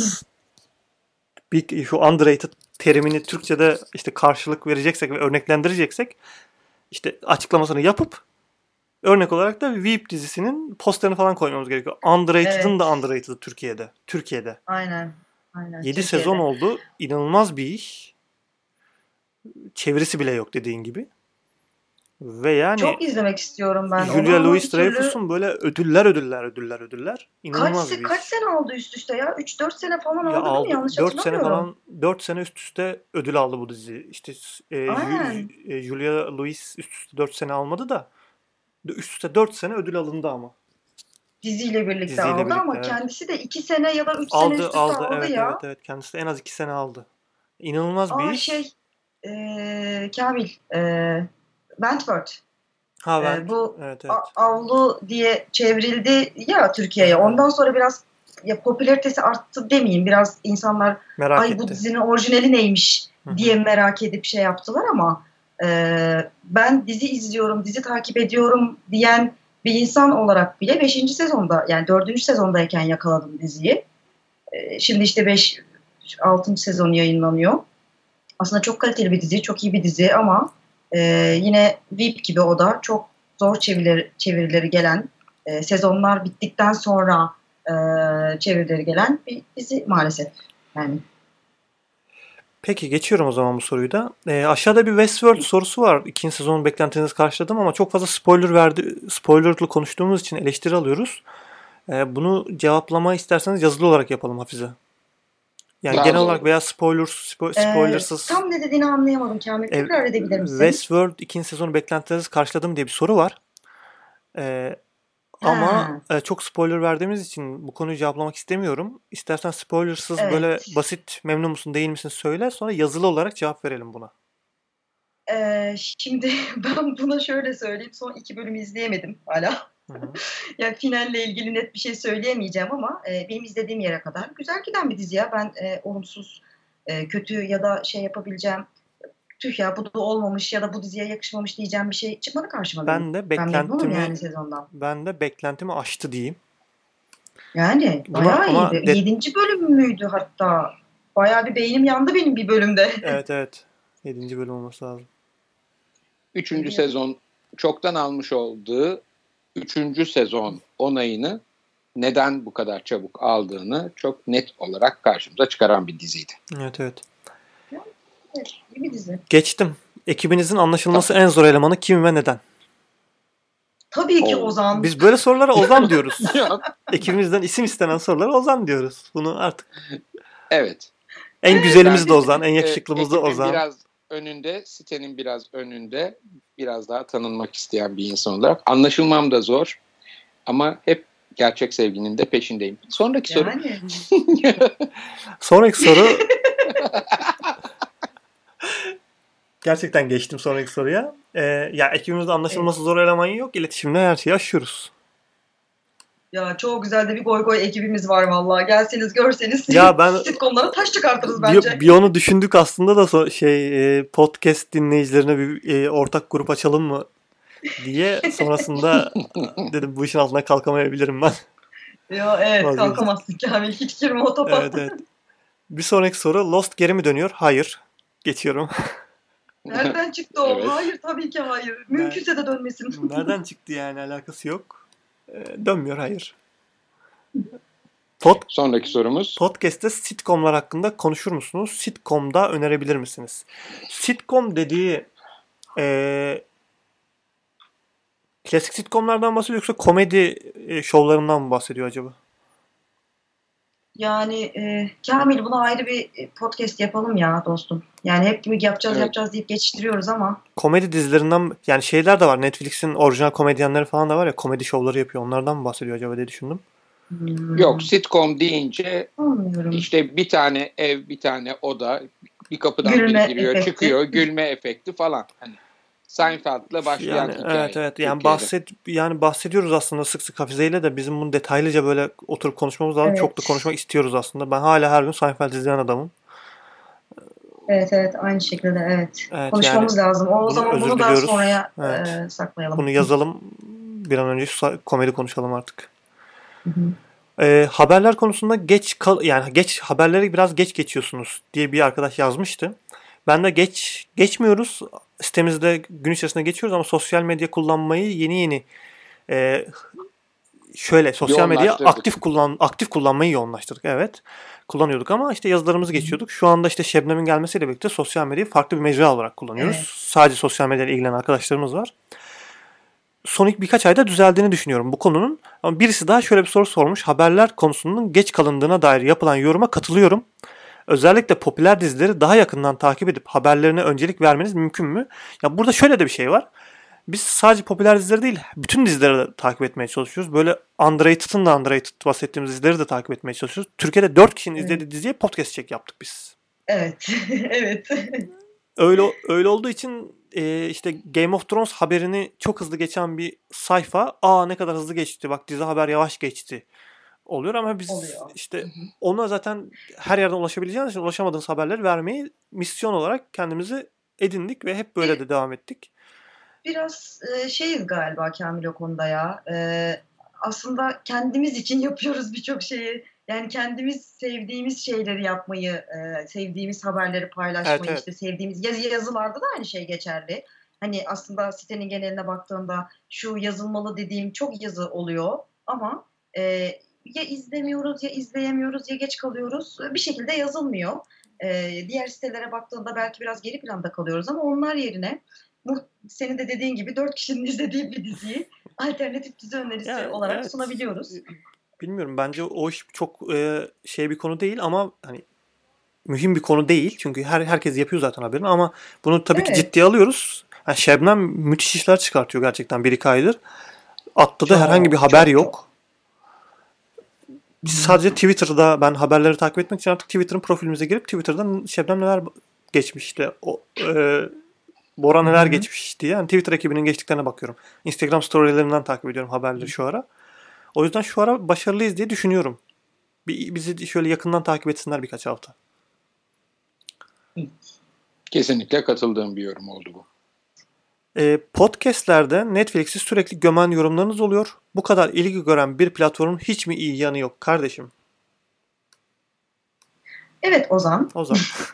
bir, şu underrated terimini Türkçe'de işte karşılık vereceksek ve örneklendireceksek işte açıklamasını yapıp örnek olarak da Veep dizisinin posterini falan koymamız gerekiyor. Underrated'ın Evet. da underrated'ı Türkiye'de. Türkiye'de. Aynen. Aynen. yedi Türkiye'de. sezon oldu. İnanılmaz bir iş. Çevirisi bile yok dediğin gibi. Ve yani Çok izlemek istiyorum ben. Julia Onu ama bir Louis-Dreyfus'un türlü... böyle ödüller ödüller ödüller ödüller. Kaç, İnanılmaz bir se- iş. kaç sene oldu üst üste ya? üç dört sene falan Ya oldu değil aldı. mi? Yanlış dört sene hatırlamıyorum. falan dört sene üst üste ödül aldı bu dizi. İşte e, Ju- Aynen. e, Julia Louis üst üste dört sene almadı da üst üste dört sene ödül alındı ama. Diziyle birlikte Diziyle aldı birlikte, ama evet. kendisi de iki sene ya da üç sene Aldı üst üste aldı aldı evet ya. evet evet. Kendisi de en az iki sene aldı. İnanılmaz bir Aa iş. şey e, Kamil e, Wentworth. Ha E, ben bu evet evet. A- Avlu diye çevrildi ya Türkiye'ye. Ondan sonra biraz ya popülaritesi arttı demeyeyim. Biraz insanlar Merak ay etti. bu dizinin orijinali neymiş Hı hı. diye merak edip şey yaptılar ama e, ben dizi izliyorum, dizi takip ediyorum diyen bir insan olarak bile beşinci sezonda yani dördüncü sezondayken yakaladım diziyi. E, şimdi işte beş altıncı sezon yayınlanıyor. Aslında çok kaliteli bir dizi, çok iyi bir dizi ama e, yine Veep gibi o da çok zor çevirileri, çevirileri gelen, e, sezonlar bittikten sonra e, çevirileri gelen bir dizi maalesef. Yani Peki geçiyorum o zaman bu soruyu da. E, aşağıda bir Westworld sorusu var. İkinci sezonun beklentinizi karşıladım ama çok fazla spoiler verdi, spoilerlı konuştuğumuz için eleştiri alıyoruz. E, bunu cevaplama isterseniz yazılı olarak yapalım Hafize. Yani Daha genel zor. olarak veya spoiler, spo, e, spoilersız. tam ne dediğini anlayamadım Kamil. E, Tekrar edebilir misin? Westworld ikinci sezonu beklentilerinizi karşıladım diye bir soru var. E, ama Ha, e, çok spoiler verdiğimiz için bu konuyu cevaplamak istemiyorum. İstersen spoilersız evet. böyle basit memnun musun değil misin söyle. Sonra yazılı olarak cevap verelim buna. E, şimdi ben buna şöyle söyleyeyim. Son iki bölümü izleyemedim hala. Hı hı. Yani finalle ilgili net bir şey söyleyemeyeceğim ama e, benim izlediğim yere kadar güzel giden bir dizi ya. Ben e, olumsuz, e, kötü ya da şey yapabileceğim, tüh ya bu da olmamış ya da bu diziye yakışmamış diyeceğim bir şey çıkmadı karşıma benim. Ben de Ben memnunum beklentimi yani sezondan. ben de beklentimi aştı diyeyim. Yani Buna bayağı ama iyiydi. de- Yedinci bölüm müydü hatta? Bayağı bir beynim yandı benim bir bölümde. Evet evet. Yedinci bölüm olması lazım. Üçüncü Geliyor. sezon çoktan almış olduğu üçüncü sezon onayını neden bu kadar çabuk aldığını çok net olarak karşımıza çıkaran bir diziydi. Evet evet. Evet, iyi bir dizi. Geçtim. Ekibinizin anlaşılması en zor elemanı kim ve neden? Tabii ki Oo. Ozan. Biz böyle sorulara Ozan diyoruz. Ya, Ekibimizden isim istenen sorulara Ozan diyoruz. Bunu artık evet. en güzelimiz de Yani, Ozan, en e, yakışıklımız da ekibin Ozan. biraz önünde, sitenin biraz önünde, biraz daha tanınmak isteyen bir insan olarak. Anlaşılmam da zor ama hep gerçek sevginin de peşindeyim. Sonraki soru. Yani. Sonraki soru gerçekten geçtim sonraki soruya. Ee, ya ekibimizde anlaşılması zor eleman yok. İletişimde her şeyi aşıyoruz. Ya çok güzel de bir goy goy ekibimiz var vallahi. Gelseniz görseniz Ya ben sitcomlara taş çıkartırız bence. bir, bir onu düşündük aslında da so- şey e, podcast dinleyicilerine bir e, ortak grup açalım mı diye sonrasında dedim bu işin altına kalkamayabilirim ben. Ya evet Vazgeçtim. kalkamazsın Kamil. Hiç girme o topa. Evet evet. Bir sonraki soru Lost geri mi dönüyor? Hayır. Geçiyorum. Nereden çıktı o? Evet. Hayır tabii ki hayır. Mümkünse de dönmesin. Nereden çıktı yani alakası yok. Ee, dönmüyor hayır. Pod, Sonraki sorumuz. podcast'te sitcomlar hakkında konuşur musunuz? Sitcom'da önerebilir misiniz? Sitcom dediği e, klasik sitcomlardan bahsediyor yoksa komedi e, şovlarından mı bahsediyor acaba? Yani e, Kamil buna ayrı bir podcast yapalım ya dostum. Yani hep gibi yapacağız Evet. yapacağız deyip geçiştiriyoruz ama. Komedi dizilerinden yani şeyler de var. Netflix'in orijinal komedyenleri falan da var ya komedi şovları yapıyor. Onlardan mı bahsediyor acaba diye düşündüm. Hmm. Yok, sitcom deyince Anlıyorum. işte bir tane ev, bir tane oda, bir kapıdan Gülme biri giriyor, efekti. çıkıyor, gülme efekti falan. Hani Seinfeld'la başlayan Yani hikaye. evet evet yani Türkiye'de. bahset yani bahsediyoruz aslında sık sık Hafize'yle de bizim bunu detaylıca böyle oturup konuşmamız lazım. Evet. Çok da konuşmak istiyoruz aslında. Ben hala her gün Seinfeld izleyen adamım. Evet evet aynı şekilde evet. Evet Konuşmamız yani lazım. O bunu zaman özür bunu daha diliyoruz. sonraya Evet. e, saklayalım. Bunu yazalım. Bir an önce şu sa- komedi konuşalım artık. Hı hı. Ee, haberler konusunda geç kal yani geç haberleri biraz geç geçiyorsunuz diye bir arkadaş yazmıştı. Ben de geç geçmiyoruz. Sitemizde gün içerisinde geçiyoruz ama sosyal medya kullanmayı yeni yeni e, şöyle sosyal medya Yoğunlaştırdık. aktif kullan aktif kullanmayı yoğunlaştırdık. Evet. Kullanıyorduk ama işte yazılarımızı geçiyorduk. Şu anda işte Şebnem'in gelmesiyle birlikte sosyal medyayı farklı bir mecra olarak kullanıyoruz. Evet. Sadece sosyal medyayla ilgilenen arkadaşlarımız var. Son ilk birkaç ayda düzeldiğini düşünüyorum bu konunun. Ama birisi daha şöyle bir soru sormuş. Haberler konusunun geç kalındığına dair yapılan yoruma katılıyorum. Özellikle popüler dizileri daha yakından takip edip haberlerine öncelik vermeniz mümkün mü? Ya burada şöyle de bir şey var. Biz sadece popüler dizileri değil, bütün dizileri de takip etmeye çalışıyoruz. Böyle underrated'ın da underrated bahsettiğimiz dizileri de takip etmeye çalışıyoruz. Türkiye'de dört kişinin Evet. izlediği diziye podcast check yaptık biz. Evet. evet. Öyle öyle olduğu için e, işte Game of Thrones haberini çok hızlı geçen bir sayfa, aa ne kadar hızlı geçti, bak dizi haber yavaş geçti oluyor ama biz Oluyor. işte ona zaten her yerden ulaşabileceğiniz için ulaşamadığınız haberleri vermeyi misyon olarak kendimizi edindik ve hep böyle de devam ettik. Biraz e, şeyiz galiba Kamil o konuda ya. E, aslında kendimiz için yapıyoruz birçok şeyi. Yani kendimiz sevdiğimiz şeyleri yapmayı, e, sevdiğimiz haberleri paylaşmayı, Evet, evet. işte sevdiğimiz yazı yazılarda da aynı şey geçerli. Hani aslında sitenin geneline baktığında şu yazılmalı dediğim çok yazı oluyor ama e, ya izlemiyoruz ya izleyemiyoruz ya geç kalıyoruz. Bir şekilde yazılmıyor. E, diğer sitelere baktığında belki biraz geri planda kalıyoruz ama onlar yerine senin de dediğin gibi dört kişinin izlediği bir diziyi alternatif dizi önerisi Yani, olarak evet. sunabiliyoruz. Bilmiyorum, bence o iş çok e, şey bir konu değil ama hani mühim bir konu değil. Çünkü her herkes yapıyor zaten haberini ama bunu tabii ki Evet. ciddiye alıyoruz. Yani Şebnem müthiş işler çıkartıyor gerçekten bir iki aydır. Attığı da Çok, herhangi bir haber çok, yok. çok. Biz sadece Twitter'da ben haberleri takip etmek için artık Twitter'ın profilimize girip Twitter'dan Şebnem neler geçmiş işte o e, Bora neler Hı-hı. geçmiş diye yani Twitter ekibinin geçtiklerine bakıyorum. Instagram storylerinden takip ediyorum haberleri şu ara. O yüzden şu ara başarılıyız diye düşünüyorum. Bir, bizi şöyle yakından takip etsinler birkaç hafta. Kesinlikle katıldığım bir yorum oldu bu. E, podcastlerde Netflix'i sürekli gömen yorumlarınız oluyor. Bu kadar ilgi gören bir platformun hiç mi iyi yanı yok kardeşim? Evet Ozan. Ozan.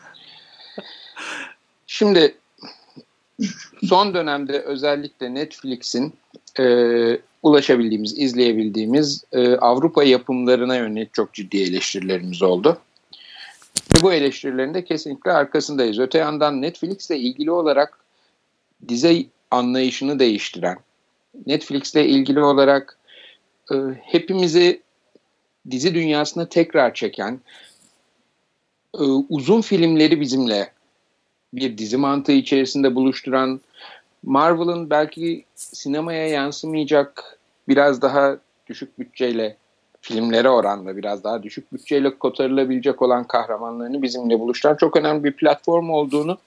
Şimdi son dönemde özellikle Netflix'in e, ulaşabildiğimiz, izleyebildiğimiz e, Avrupa yapımlarına yönelik çok ciddi eleştirilerimiz oldu. Ve bu eleştirilerin de kesinlikle arkasındayız. Öte yandan Netflix'le ilgili olarak dizi anlayışını değiştiren, Netflix'le ilgili olarak e, hepimizi dizi dünyasına tekrar çeken, e, uzun filmleri bizimle bir dizi mantığı içerisinde buluşturan, Marvel'ın belki sinemaya yansımayacak biraz daha düşük bütçeyle, filmlere oranla biraz daha düşük bütçeyle kotarılabilecek olan kahramanlarını bizimle buluşturan çok önemli bir platform olduğunu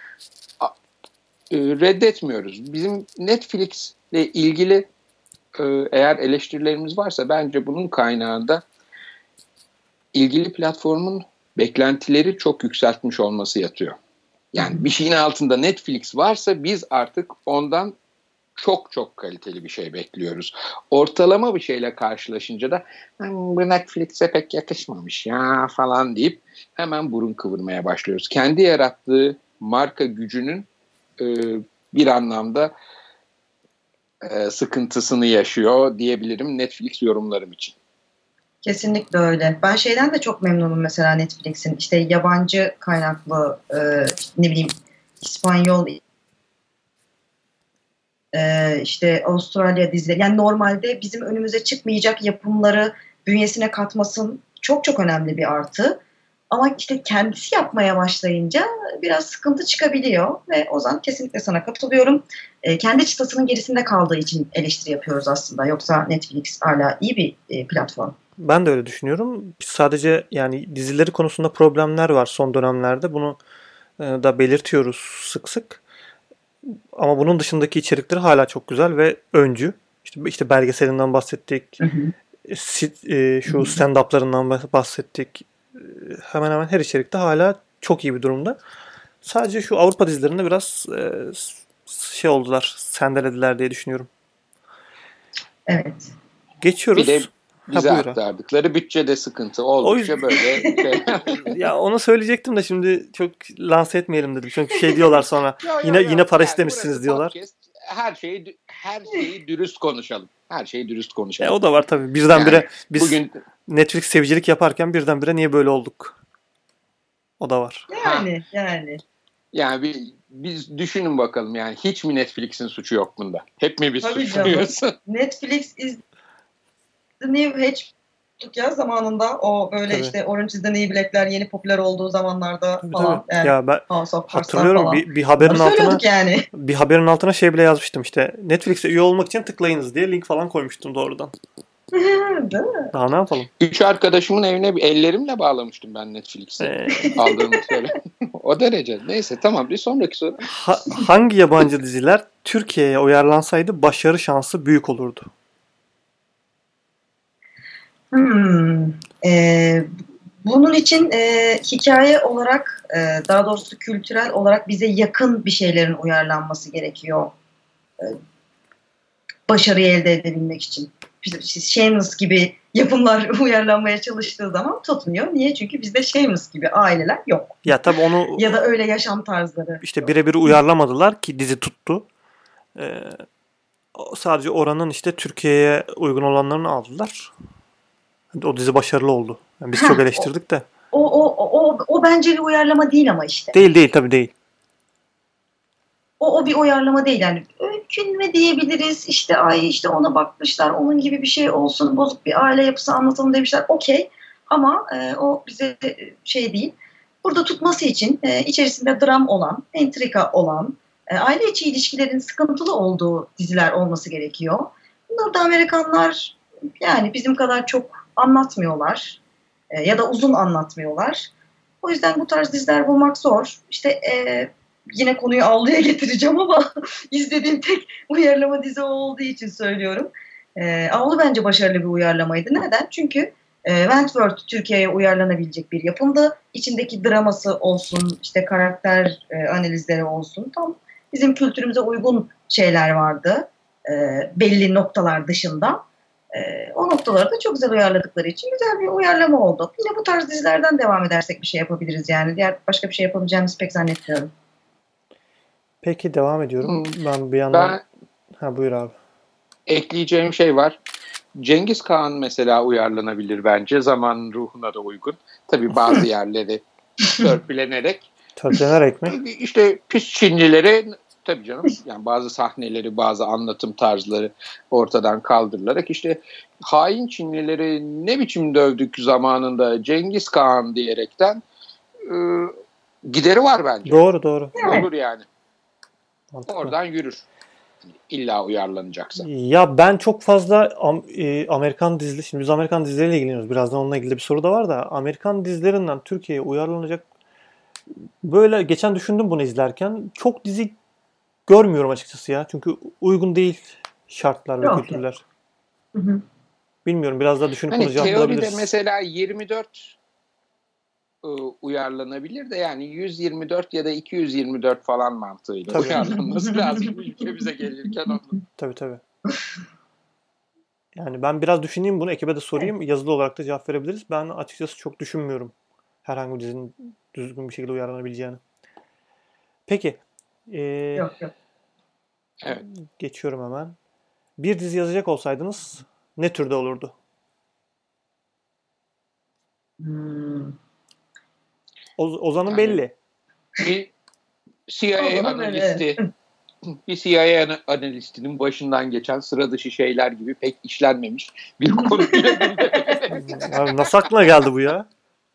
reddetmiyoruz. Bizim Netflix'le ilgili eğer eleştirilerimiz varsa bence bunun kaynağında ilgili platformun beklentileri çok yükseltmiş olması yatıyor. Yani bir şeyin altında Netflix varsa biz artık ondan çok çok kaliteli bir şey bekliyoruz. Ortalama bir şeyle karşılaşınca da bu Netflix'e pek yakışmamış ya falan deyip hemen burun kıvırmaya başlıyoruz. Kendi yarattığı marka gücünün e, bir anlamda e, sıkıntısını yaşıyor diyebilirim Netflix yorumlarım için. Kesinlikle öyle. Ben şeyden de çok memnunum mesela Netflix'in. İşte yabancı kaynaklı e, ne bileyim İspanyol e, işte Avustralya dizileri. Yani normalde bizim önümüze çıkmayacak yapımları bünyesine katmasın çok çok önemli bir artı. Ama işte kendisi yapmaya başlayınca biraz sıkıntı çıkabiliyor ve Ozan kesinlikle sana katılıyorum. E, kendi çıtasının gerisinde kaldığı için eleştiri yapıyoruz aslında. Yoksa Netflix hala iyi bir e, platform. Ben de öyle düşünüyorum. Sadece yani dizileri konusunda problemler var son dönemlerde. Bunu e, da belirtiyoruz sık sık. Ama bunun dışındaki içerikleri hala çok güzel ve öncü. İşte, işte belgeselinden bahsettik. Hı hı. Sit, e, şu stand-up'larından bahsettik. E, hemen hemen her içerikte hala çok iyi bir durumda. Sadece şu Avrupa dizilerinde biraz e, şey oldular, sendelediler diye düşünüyorum. Evet. Geçiyoruz. Bir de bize ha, buyur. aktardıkları bütçede sıkıntı oldukça O- böyle şey. Ya onu söyleyecektim de şimdi çok lanse etmeyelim dedim. Çünkü şey diyorlar sonra Yo, yo, yine yo. yine para Yani istemişsiniz burası diyorlar. podcast. Her şeyi her şeyi dürüst konuşalım. Her şeyi dürüst E, konuşalım. o da var tabii. Birdenbire Yani biz bugün Netflix sevicilik yaparken birdenbire niye böyle olduk? O da var. Yani yani. Yani bir, biz düşünün bakalım yani hiç mi Netflix'in suçu yok bunda? Hep mi biz Tabii suçluyoruz? Netflix is the new H ya zamanında o böyle Tabii. işte Orange is the New Black'ler yeni popüler olduğu zamanlarda Tabii, falan. tabii. Yani Ya ben House of Cards'lar hatırlıyorum falan. bir, bir haberin Bunları altına söylüyorduk yani. bir haberin altına şey bile yazmıştım işte. Netflix'e üye olmak için tıklayınız diye link falan koymuştum doğrudan. Değil mi? Daha ne yapalım? Üç arkadaşımın evine bir ellerimle bağlamıştım ben Netflix'i. Ee, Aldığımı söyle. O derece. Neyse tamam bir sonraki soru. ha- hangi yabancı diziler Türkiye'ye uyarlansaydı başarı şansı büyük olurdu? Hmm. Ee, bunun için e, hikaye olarak e, daha doğrusu kültürel olarak bize yakın bir şeylerin uyarlanması gerekiyor. E, başarıyı elde edebilmek için. İşte Shameless gibi yapımlar uyarlanmaya çalıştığı zaman tutmuyor. Niye? Çünkü bizde Shameless gibi aileler yok. Ya tabii onu Ya da öyle yaşam tarzları. işte birebir uyarlamadılar ki dizi tuttu. Ee, sadece oranın işte Türkiye'ye uygun olanlarını aldılar. O dizi başarılı oldu. Yani biz Heh, çok eleştirdik de. O, o, o, o, o bence bir uyarlama değil ama işte. Değil değil tabii değil. O, o bir uyarlama değil yani. Öykünme diyebiliriz. İşte ay işte ona bakmışlar. Onun gibi bir şey olsun. Bozuk bir aile yapısı anlatalım demişler. Okey. Ama e, o bize şey değil. Burada tutması için e, içerisinde dram olan, entrika olan, e, aile içi ilişkilerin sıkıntılı olduğu diziler olması gerekiyor. Bunları da Amerikanlar yani bizim kadar çok anlatmıyorlar. E, ya da uzun anlatmıyorlar. O yüzden bu tarz diziler bulmak zor. İşte e, yine konuyu avluya getireceğim ama izlediğim tek uyarlama dizi o olduğu için söylüyorum. E, Avlu bence başarılı bir uyarlamaydı. Neden? Çünkü e, Wentworth Türkiye'ye uyarlanabilecek bir yapımdı. İçindeki draması olsun, işte karakter e, analizleri olsun. Tam bizim kültürümüze uygun şeyler vardı. E, belli noktalar dışında. E, o noktaları da çok güzel uyarladıkları için güzel bir uyarlama oldu. Yine bu tarz dizilerden devam edersek bir şey yapabiliriz yani. Diğer başka bir şey yapabileceğimizi pek zannetmiyorum. Peki devam ediyorum. Hmm. Ben bir yandan... Ben Ha buyur abi. ekleyeceğim şey var. Cengiz Kağan mesela uyarlanabilir bence. Zaman ruhuna da uygun. Tabii bazı yerleri törpülenerek. Törpülenerek mi? İşte pis Çinlileri tabii canım yani bazı sahneleri, bazı anlatım tarzları ortadan kaldırılarak işte hain Çinlileri ne biçim dövdük zamanında Cengiz Kağan diyerekten e, gideri var bence. Doğru doğru. Evet. Olur yani. Mantıklı. Oradan yürür. İlla uyarlanacaksa. Ya ben çok fazla Am- e, Amerikan dizileri, şimdi biz Amerikan dizileriyle ilgileniyoruz. Birazdan onunla ilgili bir soru da var da Amerikan dizilerinden Türkiye'ye uyarlanacak böyle geçen düşündüm bunu izlerken çok dizi görmüyorum açıkçası ya. Çünkü uygun değil şartlar ve Yok, kültürler. Hı hı. Bilmiyorum biraz daha düşünüp Hani bunu cevap teoride bulabiliriz. mesela yirmi dört ıı, uyarlanabilir de yani yüz yirmi dört ya da iki yüz yirmi dört falan mantığıyla Tabii. uyarlanması lazım ülkemize gelirken onun. Tabii tabii. Yani ben biraz düşüneyim bunu ekibe de sorayım. Yazılı olarak da cevap verebiliriz. Ben açıkçası çok düşünmüyorum herhangi bir dizinin düzgün bir şekilde uyarlanabileceğini. Peki. Ee, Yok yok. Evet. Geçiyorum hemen. Bir dizi yazacak olsaydınız ne türde olurdu? Hmm. Oz- Ozan'ın Yani- belli. Bir C I A Oğlum, analisti bir C I A ana- analistinin başından geçen sıra dışı şeyler gibi pek işlenmemiş bir konuyla Abi nasıl aklına geldi bu ya?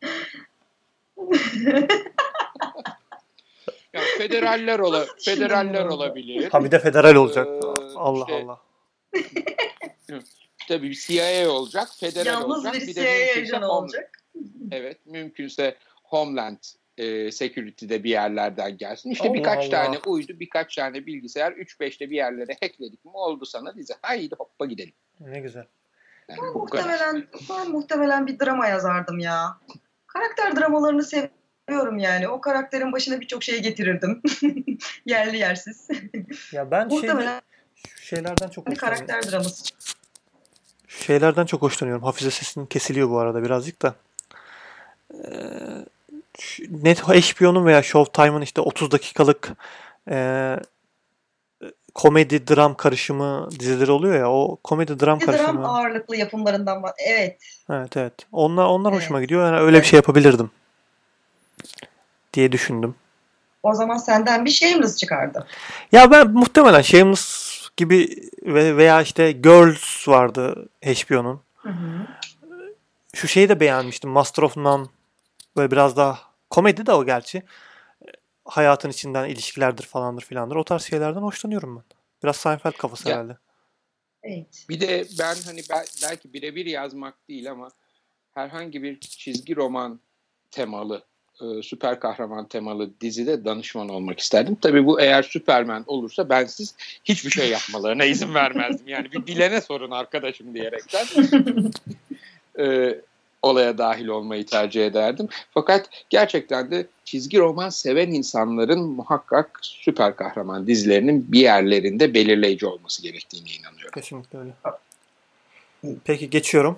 yani federaller ola Nasıl federaller düşünüyorum? olabilir. Ha bir de federal olacak. Ee, Allah işte- Allah. tabii bir C I A olacak, federal Yalnız olacak. bir Bir C de I A mümkünse ajanı Home- olacak. Evet, mümkünse Homeland e, Security'de bir yerlerden gelsin. İşte Allah birkaç Allah. tane uydu, birkaç tane bilgisayar, üç beşte bir yerlere hackledik mi oldu sana dizi. Haydi hoppa gidelim. Ne güzel. Yani Ben bu kadar. muhtemelen, ben muhtemelen bir drama yazardım ya. Karakter dramalarını seviyorum yani. O karakterin başına birçok şey getirirdim. Yerli yersiz. Ya ben şeyde, Muhtemelen şu şeylerden çok bir hoşlanıyorum. karakter draması. Şu şeylerden çok hoşlanıyorum. Hafize sesin kesiliyor bu arada birazcık da. Ee, şu- Net H B O'nun veya Showtime'ın işte otuz dakikalık e, komedi dram karışımı dizileri oluyor ya. O komedi dram Bir dram karışımı. ağırlıklı yapımlarından var. Evet. Evet evet. Onlar onlar Evet. hoşuma gidiyor. Yani öyle bir şey yapabilirdim diye düşündüm. O zaman senden bir Shameless çıkardı. Ya ben muhtemelen Shameless gibi ve veya işte Girls vardı H B O'nun. Hı hı. Şu şeyi de beğenmiştim. Master of None. Böyle biraz daha komedi de o gerçi. Hayatın içinden ilişkilerdir falandır filandır. O tarz şeylerden hoşlanıyorum ben. Biraz Seinfeld kafası Ya- herhalde. Evet. Bir de ben hani bel- belki birebir yazmak değil ama herhangi bir çizgi roman temalı, e, süper kahraman temalı dizide danışman olmak isterdim. Tabii bu eğer Superman olursa bensiz hiçbir şey yapmalarına izin vermezdim. Yani bir bilene sorun arkadaşım diyerekten e, olaya dahil olmayı tercih ederdim. Fakat gerçekten de çizgi roman seven insanların muhakkak süper kahraman dizilerinin bir yerlerinde belirleyici olması gerektiğine inanıyorum. Kesinlikle öyle. Peki geçiyorum.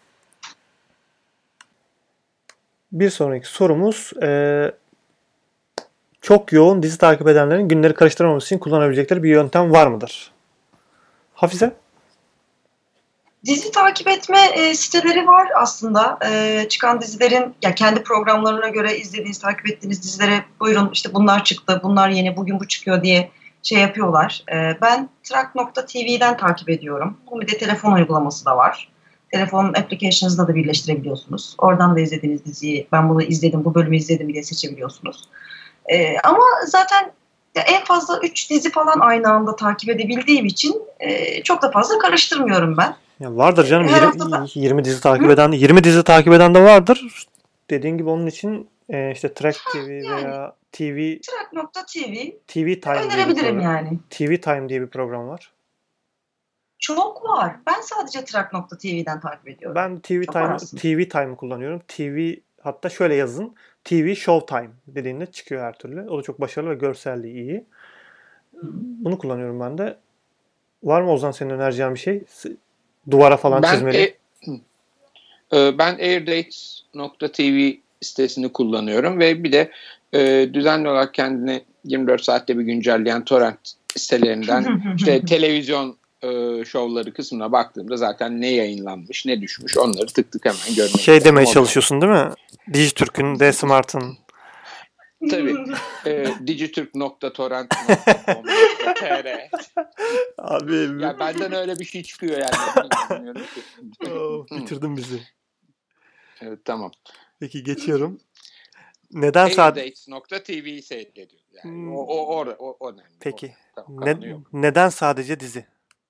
Bir sonraki sorumuz eee, çok yoğun dizi takip edenlerin günleri karıştırmaması için kullanabilecekleri bir yöntem var mıdır? Hafize? Dizi takip etme e, siteleri var aslında. E, çıkan dizilerin ya kendi programlarına göre izlediğiniz, takip ettiğiniz dizilere buyurun işte bunlar çıktı, bunlar yeni, bugün bu çıkıyor diye şey yapıyorlar. E, ben track nokta t v'den takip ediyorum. Bunun bir de telefon uygulaması da var. Telefon applications'da da birleştirebiliyorsunuz. Oradan da izlediğiniz diziyi ben bunu izledim, bu bölümü izledim diye seçebiliyorsunuz. E, ama zaten ya en fazla üç dizi falan aynı anda takip edebildiğim için e, çok da fazla karıştırmıyorum ben. Ya vardır canım. Her yirmi, hafta da- yirmi dizi takip eden yirmi dizi takip eden de vardır. Dediğin gibi onun için e, işte Track T V yani. veya T V track nokta t v T V Time diye bir önerebilirim program. yani. T V Time diye bir program var. Çok var. Ben sadece track nokta t v'den takip ediyorum. Ben T V Çok var Time aslında. T V Time'ı kullanıyorum. T V hatta şöyle yazın. T V Showtime dediğinde çıkıyor her türlü. O da çok başarılı ve görselliği iyi. Bunu kullanıyorum ben de. Var mı Ozan senin önereceğin bir şey? S- Duvara falan Ben çizmeli. e- e, ben airdates nokta t v sitesini kullanıyorum ve bir de e, düzenli olarak kendini yirmi dört saatte bir güncelleyen torrent sitelerinden işte televizyon e, şovları kısmına baktığımda zaten ne yayınlanmış ne düşmüş onları tık tık hemen görmek Şey istedim. demeye Oluyor. çalışıyorsun değil mi? Dijitürk'ün, D-Smart'ın. Tabii. E, digiturk nokta torrent nokta com nokta t r Abi Ya benden öyle bir şey çıkıyor yani. Bilmiyorum ki. oh, bitirdin bizi. Evet, tamam. Peki geçiyorum. Neden sadece airdates nokta t v'yi seyrediyor. Yani Hmm. o, o, o, o, o önemli. Peki O, tamam, ne, kanunu yok. neden sadece dizi?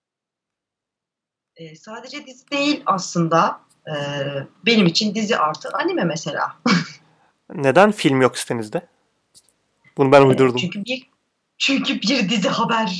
Ee, sadece dizi değil aslında. Ee, benim için dizi artı anime mesela. Neden film yok sitenizde? Bunu ben Ee, uydurdum. çünkü bir çünkü bir dizi haber.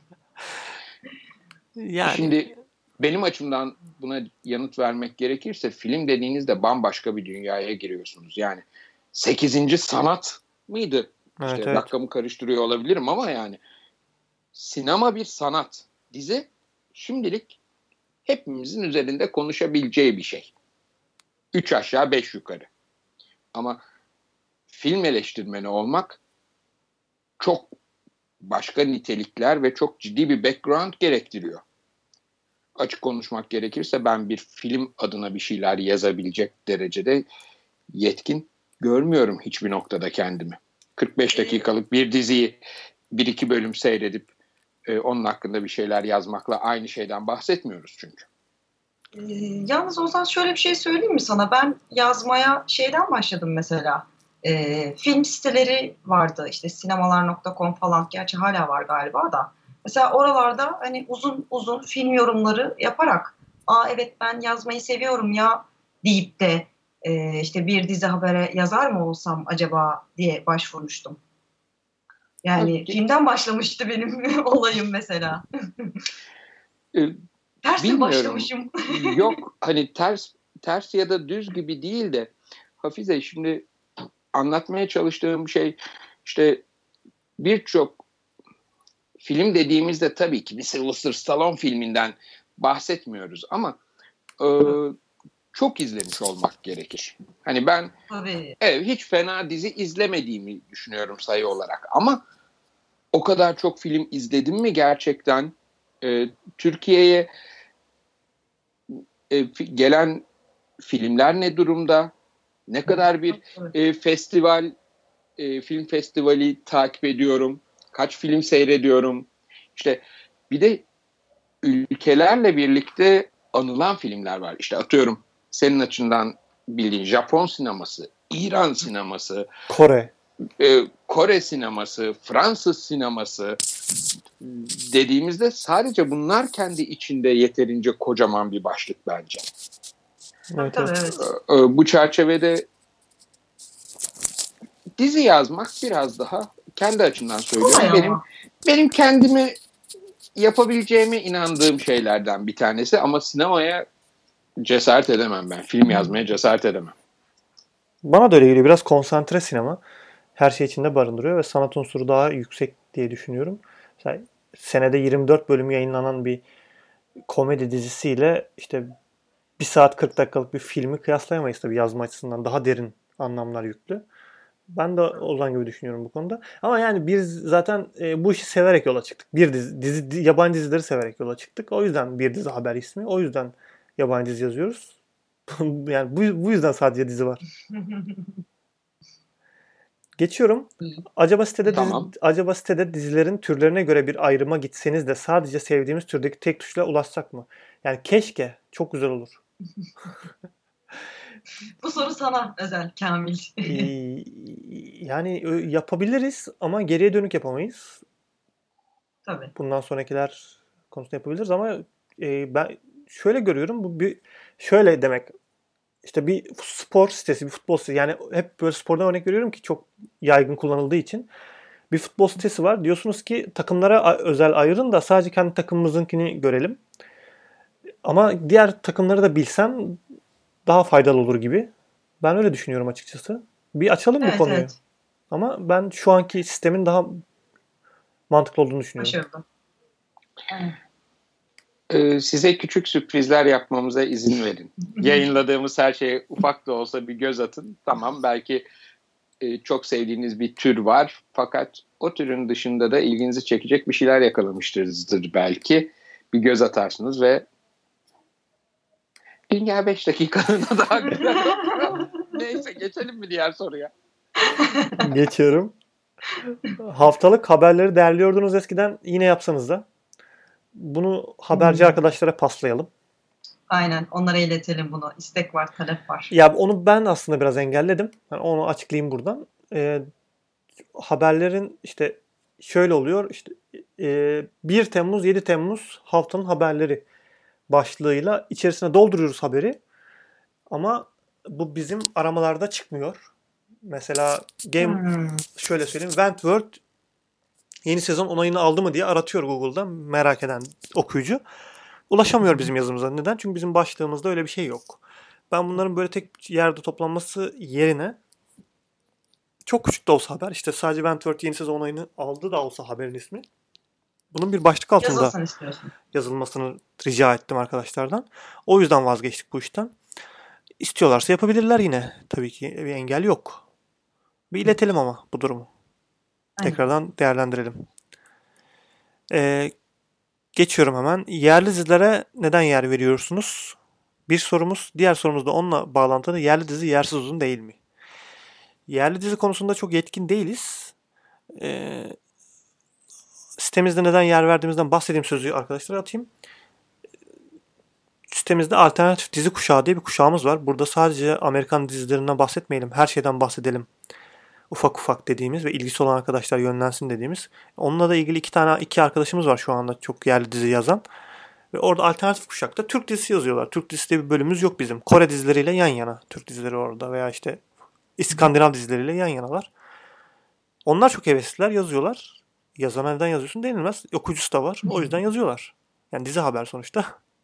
Yani Şimdi benim açımdan buna yanıt vermek gerekirse film dediğinizde bambaşka bir dünyaya giriyorsunuz. Yani sekizinci sanat mıydı? evet, İşte evet. rakamı karıştırıyor olabilirim ama yani sinema bir sanat. Dizi şimdilik hepimizin üzerinde konuşabileceği bir şey. Üç aşağı beş yukarı. Ama film eleştirmeni olmak çok başka nitelikler ve çok ciddi bir background gerektiriyor. Açık konuşmak gerekirse ben bir film adına bir şeyler yazabilecek derecede yetkin görmüyorum hiçbir noktada kendimi. kırk beş dakikalık bir diziyi bir iki bölüm seyredip e, onun hakkında bir şeyler yazmakla aynı şeyden bahsetmiyoruz çünkü. Ee, yalnız Ozan şöyle bir şey söyleyeyim mi sana? Ben yazmaya şeyden başladım mesela. Ee, film siteleri vardı işte sinemalar nokta com falan. Gerçi hala var galiba da. Mesela oralarda hani uzun uzun film yorumları yaparak aa evet ben yazmayı seviyorum ya deyip de e, işte bir dizi habere yazar mı olsam acaba diye başvurmuştum. Yani Peki. filmden başlamıştı benim olayım mesela. Ee, Ters mi bilmiyorum. başlamışım? Yok hani ters ters ya da düz gibi değil de Hafize, şimdi anlatmaya çalıştığım şey işte birçok film dediğimizde tabii ki bir Sylvester Stallone filminden bahsetmiyoruz ama e, çok izlemiş olmak gerekir. Hani ben Tabii. evet, hiç fena dizi izlemediğimi düşünüyorum sayı olarak ama o kadar çok film izledim mi gerçekten? E, Türkiye'ye e, fi- gelen filmler ne durumda? Ne kadar bir e, festival, e, film festivali takip ediyorum? Kaç film seyrediyorum? İşte bir de ülkelerle birlikte anılan filmler var. İşte atıyorum senin açından bildiğin Japon sineması, İran sineması, Kore. e, Kore sineması, Fransız sineması dediğimizde sadece bunlar kendi içinde yeterince kocaman bir başlık bence. Evet, Tabii, evet. evet. E, e, bu çerçevede dizi yazmak biraz daha kendi açımdan söylüyorum. Kolay Benim ama. benim kendimi yapabileceğime inandığım şeylerden bir tanesi ama sinemaya cesaret edemem ben. Film yazmaya cesaret edemem. Bana da öyle geliyor. Biraz konsantre sinema. Her şey içinde barındırıyor ve sanat unsuru daha yüksek diye düşünüyorum. Mesela senede yirmi dört bölüm yayınlanan bir komedi dizisiyle işte bir saat kırk dakikalık bir filmi kıyaslayamayız tabii yazma açısından. Daha derin anlamlar yüklü. Ben de Ozan gibi düşünüyorum bu konuda. Ama yani biz zaten e, bu işi severek yola çıktık. Bir dizi, dizi, di- yabancı dizileri severek yola çıktık. O yüzden bir dizi haber ismi. O yüzden yabancı dizi yazıyoruz. Yani bu, bu yüzden sadece dizi var. Geçiyorum. Acaba sitede dizi, Tamam. acaba sitede dizilerin türlerine göre bir ayrıma gitseniz de sadece sevdiğimiz türdeki tek tuşla ulaşsak mı? Yani keşke. Çok güzel olur. Bu soru sana özel Kamil. Ee, yani ö- yapabiliriz ama geriye dönük yapamayız. Tabii. Bundan sonrakiler konusunda yapabiliriz ama e, ben şöyle görüyorum. Bu bir şöyle demek. İşte bir spor sitesi, bir futbol sitesi. Yani hep böyle spordan örnek veriyorum ki çok yaygın kullanıldığı için. Bir futbol sitesi var. Diyorsunuz ki takımlara a- özel ayırın da sadece kendi takımımızınkini görelim. Ama diğer takımları da bilsem daha faydalı olur gibi. Ben öyle düşünüyorum açıkçası. Bir açalım bu Evet, konuyu. evet. Ama ben şu anki sistemin daha mantıklı olduğunu düşünüyorum. Başarılı. Evet. Ee, size küçük sürprizler yapmamıza izin verin. Yayınladığımız her şeye ufak da olsa bir göz atın. Tamam, belki e, çok sevdiğiniz bir tür var. Fakat o türün dışında da ilginizi çekecek bir şeyler yakalamıştırızdır belki. Bir göz atarsınız ve dünya beş dakikalığına daha güzel. Neyse, geçelim mi diğer soruya? Geçiyorum. Haftalık haberleri derliyordunuz eskiden. Yine yapsanız da. Bunu haberci Hmm. arkadaşlara paslayalım. Aynen. Onlara iletelim bunu. İstek var, talep var. Ya onu ben aslında biraz engelledim. Yani onu açıklayayım buradan. Ee, haberlerin işte şöyle oluyor. İşte e, bir Temmuz yedi Temmuz haftanın haberleri başlığıyla içerisine dolduruyoruz haberi. Ama bu bizim aramalarda çıkmıyor. Mesela game Hmm. şöyle söyleyeyim. Wentworth yeni sezon onayını aldı mı diye aratıyor Google'da merak eden okuyucu. Ulaşamıyor bizim yazımıza. Neden? Çünkü bizim başlığımızda öyle bir şey yok. Ben bunların böyle tek yerde toplanması yerine çok küçük de olsa haber, işte sadece Wentworth yeni sezon onayını aldı da olsa haberin ismi, bunun bir başlık altında Yazılsın istiyorsun. yazılmasını rica ettim arkadaşlardan. O yüzden vazgeçtik bu işten. İstiyorlarsa yapabilirler yine. Tabii ki bir engel yok. Bir iletelim ama bu durumu. Aynen. Tekrardan değerlendirelim. Ee, geçiyorum hemen. Yerli dizilere neden yer veriyorsunuz? Bir sorumuz. Diğer sorumuz da onunla bağlantılı. Yerli dizi yersiz uzun değil mi? Yerli dizi konusunda çok yetkin değiliz. Ee, sitemizde neden yer verdiğimizden bahsedeyim, sözü arkadaşlara atayım. Sitemizde alternatif dizi kuşağı diye bir kuşağımız var. Burada sadece Amerikan dizilerinden bahsetmeyelim. Her şeyden bahsedelim. Ufak ufak dediğimiz ve ilgisi olan arkadaşlar yönlensin dediğimiz. Onunla da ilgili iki tane iki arkadaşımız var şu anda çok yerli dizi yazan. Ve orada alternatif kuşakta Türk dizisi yazıyorlar. Türk dizisi diye bir bölümümüz yok bizim. Kore dizileriyle yan yana. Türk dizileri orada veya işte İskandinav dizileriyle yan yanalar. Onlar çok hevesliler, yazıyorlar. Yazana neden yazıyorsun denilmez. Okuyucusu da var. O yüzden yazıyorlar. Yani dizi haber sonuçta.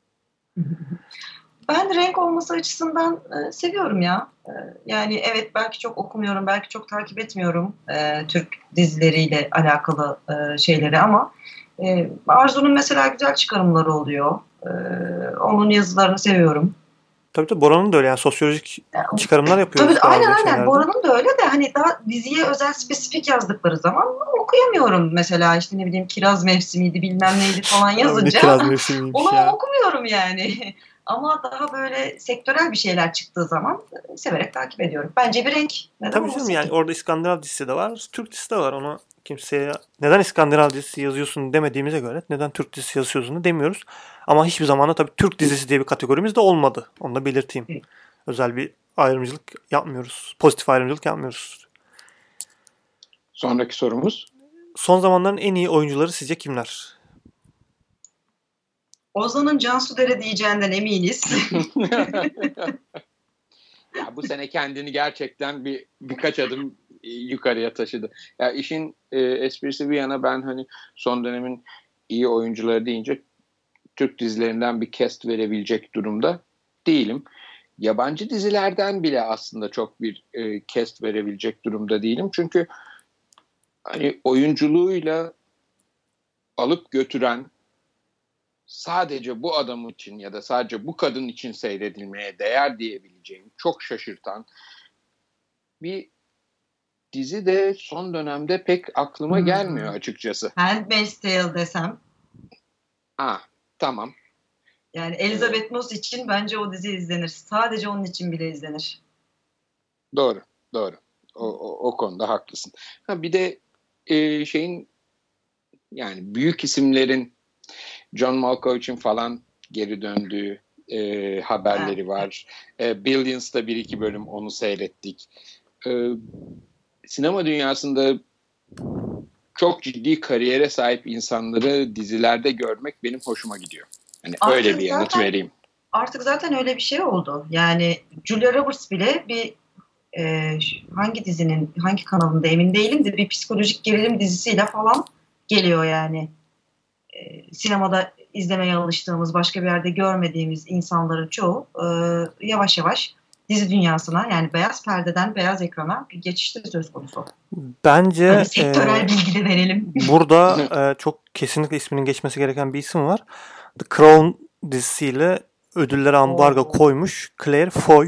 Ben renk olması açısından e, seviyorum ya. E, yani evet belki çok okumuyorum, belki çok takip etmiyorum e, Türk dizileriyle alakalı e, şeyleri ama e, Arzu'nun mesela güzel çıkarımları oluyor. E, onun yazılarını seviyorum. Tabii tabii Bora'nın da öyle yani sosyolojik çıkarımlar yapıyor. Tabii aynen aynen Bora'nın da öyle de hani daha diziye özel spesifik yazdıkları zaman okuyamıyorum mesela işte ne bileyim Kiraz Mevsimi'ydi bilmem neydi falan yazınca Kiraz Mevsimi'ymiş onu ya. okumuyorum yani. Ama daha böyle sektörel bir şeyler çıktığı zaman severek takip ediyorum. Bence bir renk. Neden Tabii canım yani orada İskandinav dizisi de var, Türk dizisi de var. Onu kimseye neden İskandinav dizisi yazıyorsun demediğimize göre neden Türk dizisi yazıyorsun demiyoruz. Ama hiçbir zaman da tabii Türk dizisi diye bir kategorimiz de olmadı. Onu da belirteyim. Evet. Özel bir ayrımcılık yapmıyoruz. Pozitif ayrımcılık yapmıyoruz. Sonraki sorumuz. Son zamanların en iyi oyuncuları sizce kimler? Ozan'ın Cansu Dere diyeceğinden eminiz. Ya bu sene kendini gerçekten bir birkaç adım yukarıya taşıdı. Ya işin e, esprisi bir yana ben hani son dönemin iyi oyuncuları deyince Türk dizilerinden bir cast verebilecek durumda değilim. Yabancı dizilerden bile aslında çok bir e, cast verebilecek durumda değilim. Çünkü hani oyunculuğuyla alıp götüren sadece bu adam için ya da sadece bu kadın için seyredilmeye değer diyebileceğim çok şaşırtan bir dizi de son dönemde pek aklıma hmm. gelmiyor açıkçası. Handmaid's Tale desem. Ha, tamam. Yani Elizabeth Moss için bence o dizi izlenir. Sadece onun için bile izlenir. Doğru, doğru. O, o, o konuda haklısın. Ha, bir de e, şeyin yani büyük isimlerin John Malkovich'in falan geri döndüğü e, haberleri evet. var. E, Billions'ta bir iki bölüm onu seyrettik. E, sinema dünyasında çok ciddi kariyere sahip insanları dizilerde görmek benim hoşuma gidiyor. Yani artık öyle bir yanıt zaten, vereyim. Artık zaten öyle bir şey oldu. Yani Julia Roberts bile bir e, hangi dizinin, hangi kanalında emin değilim de bir psikolojik gerilim dizisiyle falan geliyor yani. E, sinemada izlemeye alıştığımız, başka bir yerde görmediğimiz insanların çoğu e, yavaş yavaş dizi dünyasına yani beyaz perdeden beyaz ekrana bir geçişte söz konusu. Bence yani sektörel e, bilgi de verelim. Burada e, çok kesinlikle isminin geçmesi gereken bir isim var. The Crown dizisiyle ödüllere ambargo Oo. koymuş Claire Foy.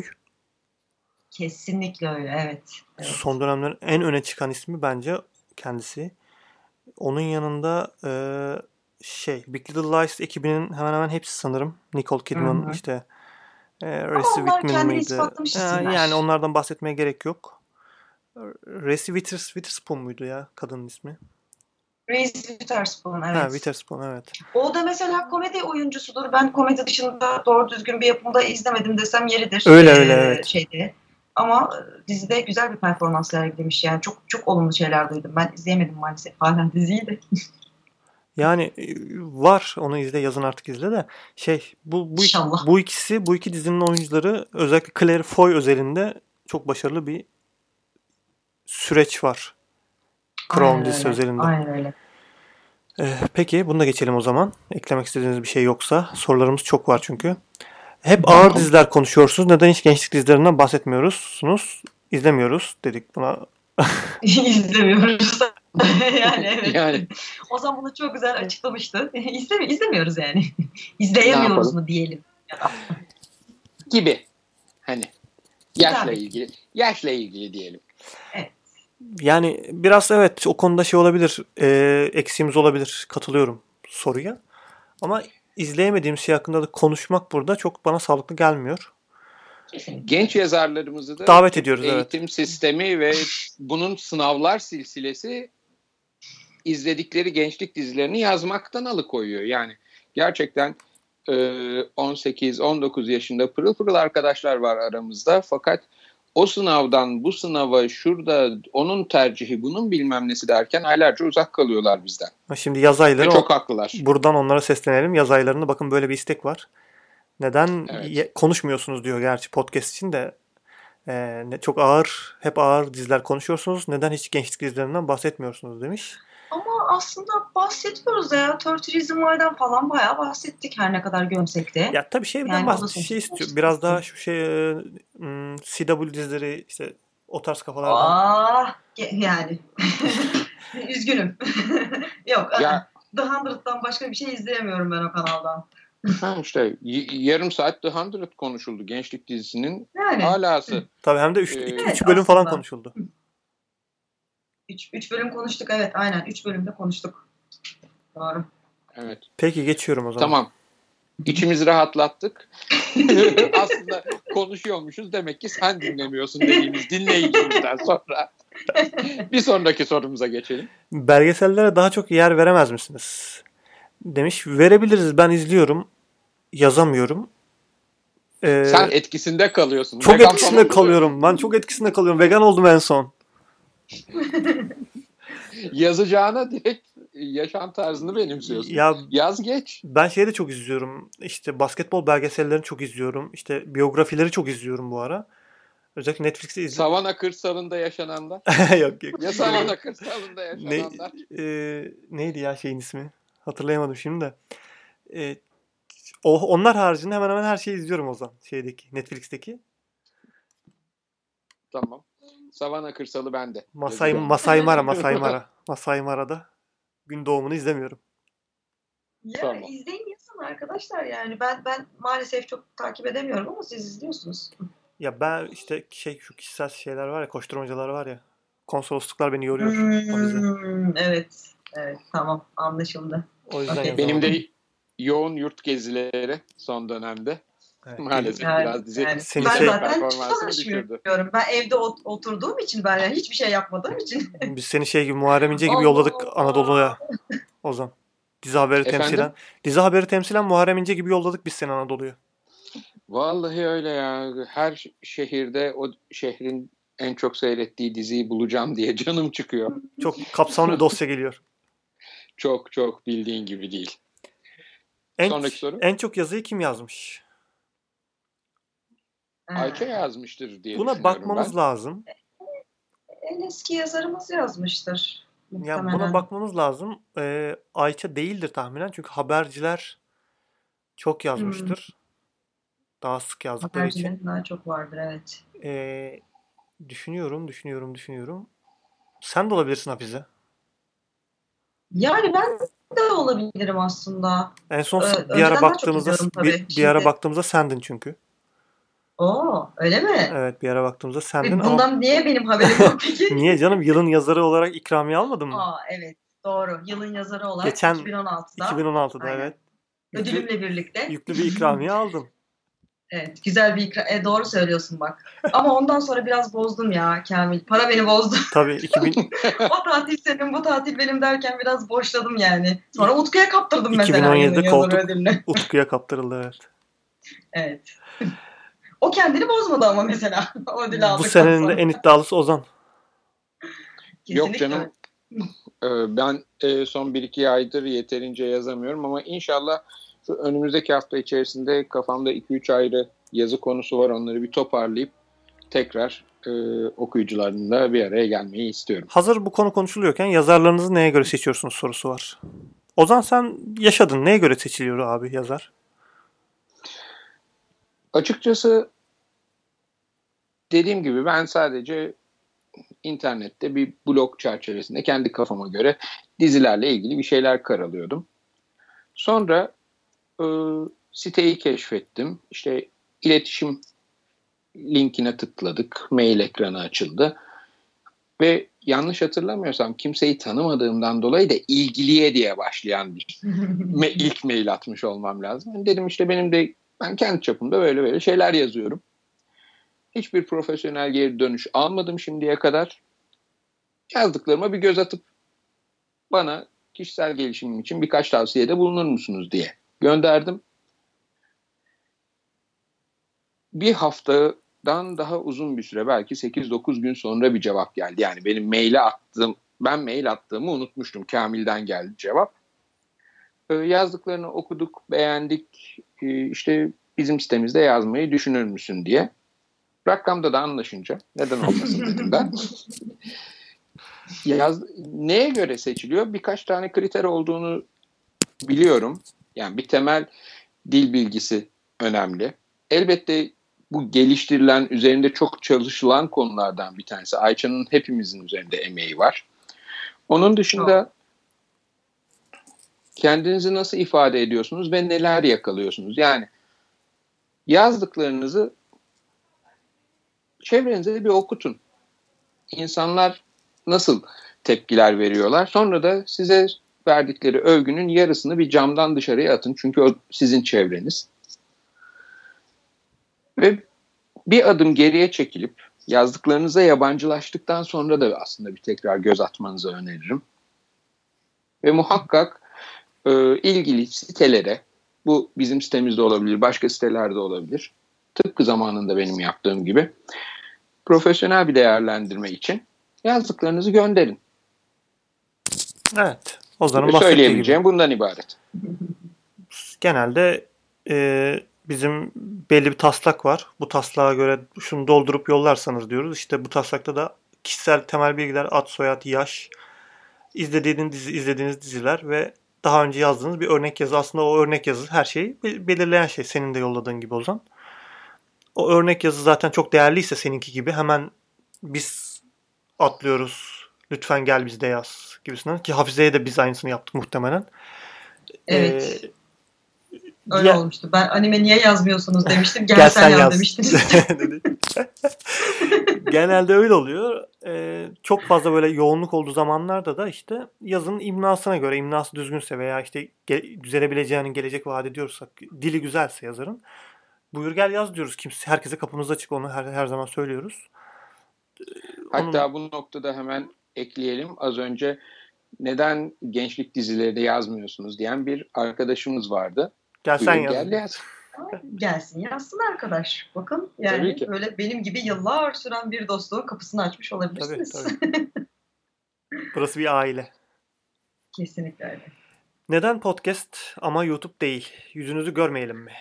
Kesinlikle öyle, evet. evet. Son dönemlerin en öne çıkan ismi bence kendisi. Onun yanında e, şey Big Little Lies ekibinin hemen hemen hepsi sanırım. Nicole Kidman Hı-hı. işte e, Reese Witherspoon mıydı? E, yani onlardan bahsetmeye gerek yok. Reese Withers, Witherspoon muydu ya kadının ismi? Reese Witherspoon, evet. Ha, Witherspoon, evet. O da mesela komedi oyuncusudur. Ben komedi dışında doğru düzgün bir yapımda izlemedim desem yeridir. Öyle ee, öyle evet. Şeyde. Ama dizide güzel bir performans sergilemiş yani. Çok çok olumlu şeyler duydum. Ben izleyemedim maalesef hala diziyi de. Yani var, onu izle, yazın artık izle de şey bu bu, iki, bu ikisi bu iki dizinin oyuncuları özellikle Claire Foy özelinde çok başarılı bir süreç var. Crown dizisi özelinde. Aynen öyle. Ee, peki bunu da geçelim o zaman. Eklemek istediğiniz bir şey yoksa. Sorularımız çok var çünkü. Hep ağır diziler konuşuyorsunuz. Neden hiç gençlik dizilerinden bahsetmiyorsunuz? İzlemiyoruz dedik buna. İzlemiyoruz. yani evet. Yani. O zaman bunu çok güzel açıklamıştı. İzlemi izlemiyoruz yani. İzleyemiyoruz mu diyelim. Gibi. Hani yaşla Tabii. ilgili. Yaşla ilgili diyelim. Evet. Yani biraz evet o konuda şey olabilir. E, eksiğimiz olabilir. Katılıyorum soruya. Ama izleyemediğim şey hakkında da konuşmak burada çok bana sağlıklı gelmiyor. Genç yazarlarımızı da davet ediyoruz. Eğitim evet. sistemi ve bunun sınavlar silsilesi izledikleri gençlik dizilerini yazmaktan alıkoyuyor. Yani gerçekten on sekiz on dokuz yaşında pırıl pırıl arkadaşlar var aramızda. Fakat o sınavdan bu sınava şurada onun tercihi bunun bilmem nesi derken aylarca uzak kalıyorlar bizden. Şimdi yaz ayları Ve çok haklılar. Buradan onlara seslenelim. Yaz aylarında bakın böyle bir istek var. Neden Evet. ye- konuşmuyorsunuz diyor gerçi podcast için de. Ee, ne- çok ağır, hep ağır diziler konuşuyorsunuz. Neden hiç gençlik dizilerinden bahsetmiyorsunuz demiş. Ama aslında bahsediyoruz da ya. thirty Reasons Why'dan falan bayağı bahsettik her ne kadar gömsek de. Ya tabii şeyden Yani o da bahs sonuçta şey istiyor. sonuçta Biraz daha dizi. şu şey e, hmm, C W dizileri işte o tarz kafalardan. Aa, ge- yani. Üzgünüm. Yok. Ya The Hundred'dan başka bir şey izleyemiyorum ben o kanaldan. ha işte y- yarım saat The Hundred konuşuldu gençlik dizisinin Yani. alası. Tabii hem de üç Ee, Evet, bölüm falan aslında. konuşuldu. üç bölüm konuştuk, evet, aynen. üç bölümde konuştuk. Doğru. Evet. Peki geçiyorum o zaman. Tamam. İçimizi rahatlattık. Aslında konuşuyormuşuz. Demek ki sen dinlemiyorsun dediğimiz dinleyicimizden sonra. Bir sonraki sorumuza geçelim. Belgesellere daha çok yer veremez misiniz? Demiş. Verebiliriz. Ben izliyorum. Yazamıyorum. Ee, Sen etkisinde kalıyorsun. çok Vegan etkisinde falan kalıyorum. Ben çok etkisinde kalıyorum. Vegan oldum en son. Yazacağına direkt yaşam tarzını benimsiyorsun. Ya Yaz geç. ben şeyi de çok izliyorum. İşte basketbol belgesellerini çok izliyorum. İşte biyografileri çok izliyorum bu ara. Özellikle Netflix'te izliyorum. Savana kırsalında yaşananlar. Yok yok. Ya Savana kırsalında Ne, yaşananlar. e, neydi ya şeyin ismi? Hatırlayamadım şimdi de. E, o onlar haricinde hemen hemen her şeyi izliyorum o zaman. Şeydeki, Netflix'teki. Tamam. Savana kırsalı bende. Masai, Yazıyorum. Masai Mara, Masai Mara. Masai Mara'da gün doğumunu izlemiyorum. Ya Tamam. izleyin yazın arkadaşlar yani. Ben ben maalesef çok takip edemiyorum ama siz izliyorsunuz. Ya ben işte şey şu kişisel şeyler var ya, koşturmacalar var ya. Konsolosluklar beni yoruyor o dizi. Hmm, evet. Evet, tamam, anlaşıldı. O yüzden Okey. yazamadım. Benim de yoğun yurt gezileri son dönemde. Evet. Maalesef Yani, biraz dizi yani. Seni Ben şey- zaten performansını düşürdü. çalışmıyorum. Ben evde ot- oturduğum için, ben yani hiçbir şey yapmadığım için. Biz seni şey gibi Muharrem İnce gibi Allah yolladık Allah. Anadolu'ya Ozan. Dizi haberi Efendim? temsilen. Dizi haberi temsilen Muharrem İnce gibi yolladık biz seni Anadolu'ya. Vallahi öyle ya. Her şehirde o şehrin en çok seyrettiği diziyi bulacağım diye canım çıkıyor. Çok kapsamlı bir dosya geliyor. Çok çok bildiğin gibi değil. En, Sonraki soru. en çok yazıyı kim yazmış? Ayça yazmıştır diye Buna düşünüyorum bakmamız ben. lazım. En eski yazarımız yazmıştır. Ya Muhtemelen. buna bakmamız lazım. Ee, Ayça değildir tahminen çünkü haberciler çok yazmıştır. Daha sık yazdıkları için. Habercilerin daha çok vardır, evet. Ee, düşünüyorum, düşünüyorum, düşünüyorum. Sen de olabilirsin Hafize. Yani ben de olabilirim aslında. En son Ee, bir önceden ara daha baktığımızda çok izliyorum bir, tabii. bir ara Şimdi- baktığımızda sendin çünkü. Oo, öyle mi? Evet, bir ara baktığımızda sendin Ve bundan ama niye benim haberim yok peki? niye canım yılın yazarı olarak ikramiye almadın mı? Aa, evet, doğru. Yılın yazarı olarak Geçen iki bin on altıda iki bin on altıda Aynen. evet. Yüklü, ödülümle birlikte. yüklü bir ikramiye aldın. Evet, güzel bir ikra... E, doğru söylüyorsun bak. Ama ondan sonra biraz bozdum ya Kamil. Para beni bozdu. Tabii iki bin, O tatil senin, bu tatil benim derken biraz boşladım yani. Sonra Utku'ya kaptırdım iki bin mesela on yılın yedide yazarı koltuk ödülünü. Utku'ya kaptırıldı evet. Evet. O kendini bozmadı ama mesela. O ödülü Bu aldıktan senenin de sonra. en iddialısı Ozan. Yok Kesinlikle. canım. Ee, Ben e, son bir iki aydır yeterince yazamıyorum ama inşallah şu önümüzdeki hafta içerisinde kafamda iki üç ayrı yazı konusu var. Onları bir toparlayıp tekrar e, okuyucularla bir araya gelmeyi istiyorum. Hazır bu konu konuşuluyorken yazarlarınızı neye göre seçiyorsunuz sorusu var. Ozan sen yaşadın. Neye göre seçiliyor abi yazar? Açıkçası dediğim gibi ben sadece internette bir blog çerçevesinde kendi kafama göre dizilerle ilgili bir şeyler karalıyordum. Sonra e, siteyi keşfettim. İşte iletişim linkine tıkladık. Mail ekranı açıldı. Ve yanlış hatırlamıyorsam kimseyi tanımadığımdan dolayı da ilgiliye diye başlayan bir me- ilk mail atmış olmam lazım. Dedim işte benim de ben kendi çapımda böyle böyle şeyler yazıyorum. Hiçbir profesyonel geri dönüş almadım şimdiye kadar. Yazdıklarıma bir göz atıp bana kişisel gelişimim için birkaç tavsiyede bulunur musunuz diye gönderdim. Bir hafta dan daha uzun bir süre, belki sekiz dokuz gün sonra bir cevap geldi. Yani benim maile attığım, ben mail attığımı unutmuştum. Kamil'den geldi cevap. Ee, yazdıklarını okuduk, beğendik. Ee, işte bizim sitemizde yazmayı düşünür müsün diye. Rakamda da anlaşınca neden olmasın dedim ben. Yaz, neye göre seçiliyor? Birkaç tane kriter olduğunu biliyorum. Yani bir temel dil bilgisi önemli. Elbette bu geliştirilen, üzerinde çok çalışılan konulardan bir tanesi. Ayça'nın hepimizin üzerinde emeği var. Onun dışında kendinizi nasıl ifade ediyorsunuz ve neler yakalıyorsunuz? Yani yazdıklarınızı çevrenize bir okutun. İnsanlar nasıl tepkiler veriyorlar? Sonra da size verdikleri övgünün yarısını bir camdan dışarıya atın. Çünkü o sizin çevreniz. Ve bir adım geriye çekilip yazdıklarınıza yabancılaştıktan sonra da aslında bir tekrar göz atmanızı öneririm. Ve muhakkak e, ilgili sitelere, bu bizim sitemizde olabilir, başka sitelerde olabilir. Tıpkı zamanında benim yaptığım gibi profesyonel bir değerlendirme için yazdıklarınızı gönderin. Evet. Ozan'ın bahsettiği Söyleyebileceğim gibi. bundan ibaret. Genelde e, bizim belli bir taslak var. Bu taslağa göre şunu doldurup yollarsanız diyoruz. İşte bu taslakta da kişisel temel bilgiler, ad, soyad, yaş, izlediğiniz dizi, izlediğiniz diziler ve daha önce yazdığınız bir örnek yazı. Aslında o örnek yazı her şeyi belirleyen şey. Senin de yolladığın gibi Ozan. O örnek yazı zaten çok değerliyse seninki gibi hemen biz atlıyoruz. Lütfen gel bizde yaz gibisinden. Ki Hafize'ye de biz aynısını yaptık muhtemelen. Evet. Ee, Öyle diğer... olmuştu. Ben anime niye yazmıyorsunuz demiştim. Gel, gel sen, sen yaz, yaz demiştiniz. Genelde öyle oluyor. Ee, çok fazla böyle yoğunluk olduğu zamanlarda da işte yazının imlasına göre, imlası düzgünse veya işte ge- düzelebileceğinin gelecek vaat ediyorsak, dili güzelse yazarın, buyur gel yaz diyoruz. Kimse, herkese kapımız açık, onu her, her zaman söylüyoruz. Hatta Onun... bu noktada hemen ekleyelim. Az önce neden gençlik dizileri de yazmıyorsunuz diyen bir arkadaşımız vardı. Gel sen yaz. Gel yaz. Gelsin yazsın arkadaş. Bakın yani böyle benim gibi yıllar süren bir dostluğun kapısını açmış olabilirsiniz. Tabii, tabii. Burası bir aile. Kesinlikle öyle. Neden podcast ama YouTube değil? Yüzünüzü görmeyelim mi?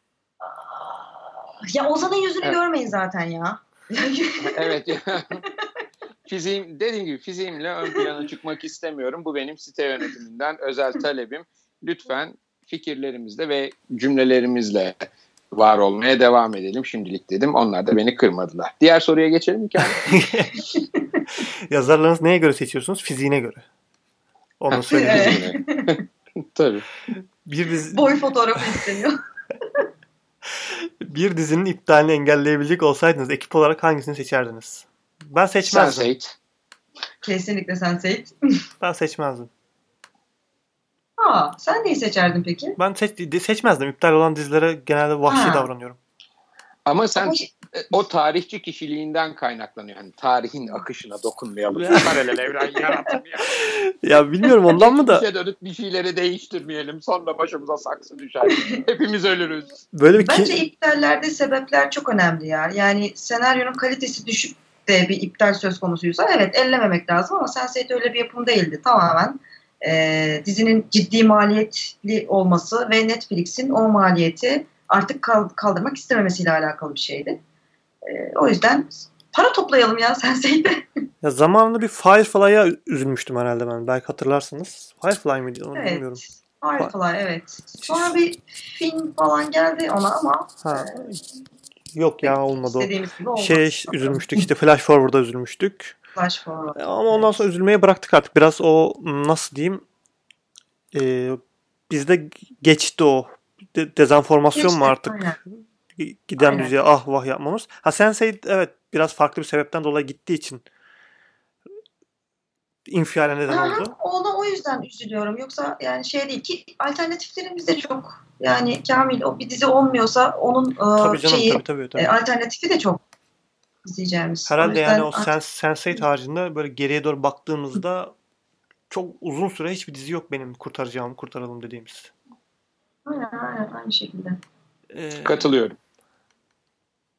Ya Ozan'ın yüzünü evet. Görmeyin zaten ya. Evet. Fiziğim, dediğim gibi fiziğimle ön plana çıkmak istemiyorum. Bu benim site yönetiminden özel talebim. Lütfen fikirlerimizle ve cümlelerimizle var olmaya devam edelim şimdilik dedim. Onlar da beni kırmadılar. Diğer soruya geçelim mi? Yazarlarınız neye göre seçiyorsunuz? Fiziğine göre. Onu söyleyeyim. Tabii. Bir dizi... Boy fotoğrafı isteniyor. Bir dizinin iptalini engelleyebilecek olsaydınız ekip olarak hangisini seçerdiniz? Ben seçmezdim. sense eight. Kesinlikle sense eight. Ben seçmezdim. Aa, sen neyi seçerdin peki? Ben seç, seçmezdim. İptal olan dizilere genelde vahşi ha. davranıyorum. Ama sen Ama... o tarihçi kişiliğinden kaynaklanıyor. Yani tarihin akışına dokunmayalım. Paralel evren yaratın ya. Ya bilmiyorum ondan mı da. Geçmişe dönüp bir şeyleri değiştirmeyelim. Sonra başımıza saksı düşer. Hepimiz ölürüz. Böyle bir Bence ki... iptallerde sebepler çok önemli ya. Yani senaryonun kalitesi düşük de bir iptal söz konusuysa evet ellememek lazım ama sense eight öyle bir yapım değildi. Tamamen e, dizinin ciddi maliyetli olması ve Netflix'in o maliyeti artık kaldırmak istememesiyle alakalı bir şeydi. E, o yüzden para toplayalım ya sense eight'e. Ya zamanında bir Firefly'a üzülmüştüm herhalde ben. Belki hatırlarsınız. Firefly mıydı onu evet, bilmiyorum. Firefly evet. Sonra bir film falan geldi ona ama ha. e, yok ya olmadı o. Gibi şey üzülmüştük işte Flash Forward'a üzülmüştük. Flash Forward. Ama ondan sonra evet. üzülmeye bıraktık artık. Biraz o nasıl diyeyim e, bizde geçti o. De- dezenformasyon geçti, mu artık? Aynen. Giden aynen. Düzeye ah vah yapmamız. Ha sense eight evet biraz farklı bir sebepten dolayı gittiği için infiale neden Aha, oldu. Ona o yüzden üzülüyorum. Yoksa yani şey değil ki alternatiflerimiz de çok. Yani Kamil o bir dizi olmuyorsa onun tabii canım, şeyi tabii, tabii, tabii. E, alternatifi de çok izleyeceğimiz. Herhalde o yani o artık... sense eight haricinde böyle geriye doğru baktığımızda çok uzun süre hiçbir dizi yok benim kurtaracağım, kurtaralım dediğimiz. Aynen aynen aynı şekilde. Ee, Katılıyorum.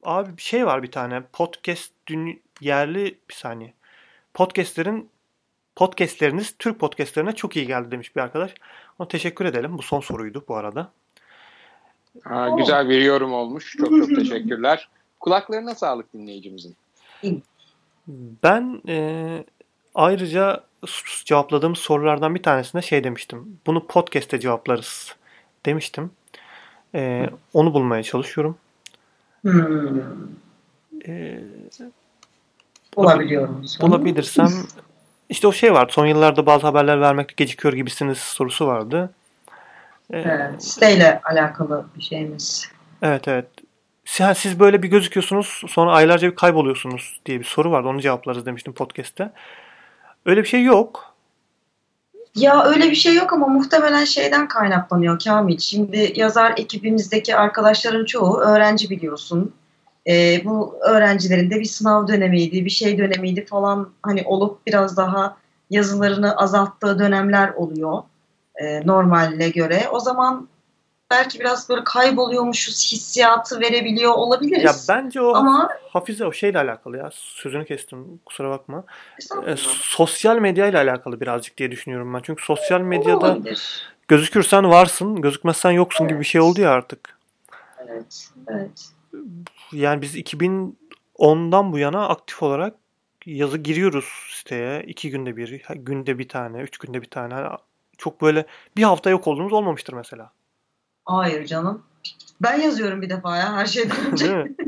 abi bir şey var bir tane. Podcast dün yerli bir saniye. Podcastlerin podcastleriniz Türk podcastlerine çok iyi geldi demiş bir arkadaş. Ona teşekkür edelim. Bu son soruydu bu arada. Ha, güzel bir yorum olmuş. Çok çok teşekkürler. Kulaklarına sağlık dinleyicimizin. Ben e, ayrıca cevapladığım sorulardan bir tanesine şey demiştim. Bunu podcast'te cevaplarız demiştim. E, onu bulmaya çalışıyorum. Hmm. E, Bulabiliyorum. bulabilirsem işte o şey vardı. Son yıllarda bazı haberler vermekte gecikiyor gibisiniz sorusu vardı. E, Evet, siteyle alakalı bir şeyimiz. evet evet. Siz, siz böyle bir gözüküyorsunuz sonra aylarca bir kayboluyorsunuz diye bir soru vardı. Onu cevaplarız demiştim podcast'te. Öyle bir şey yok. Ya öyle bir şey yok ama muhtemelen şeyden kaynaklanıyor Kamil. Şimdi yazar ekibimizdeki arkadaşların çoğu öğrenci biliyorsun. Ee, bu öğrencilerin de bir sınav dönemiydi, bir şey dönemiydi falan hani olup biraz daha yazılarını azalttığı dönemler oluyor e, normaline göre. O zaman belki biraz böyle kayboluyormuşuz hissiyatı verebiliyor Ya olabiliriz. bence o Ama Hafize o şeyle alakalı ya. Sözünü kestim kusura bakma. E, estağfurullah, sosyal medya ile alakalı birazcık diye düşünüyorum ben. Çünkü sosyal o da medyada olabilir. gözükürsen varsın, gözükmezsen yoksun gibi bir şey oldu ya artık. Evet, evet. Yani biz iki bin ondan bu yana aktif olarak yazı giriyoruz siteye. İki günde bir, günde bir tane, üç günde bir tane. Hani çok böyle bir hafta yok olduğumuz olmamıştır mesela. Hayır canım. Ben yazıyorum bir defa ya her şeyden önce. Değil mi?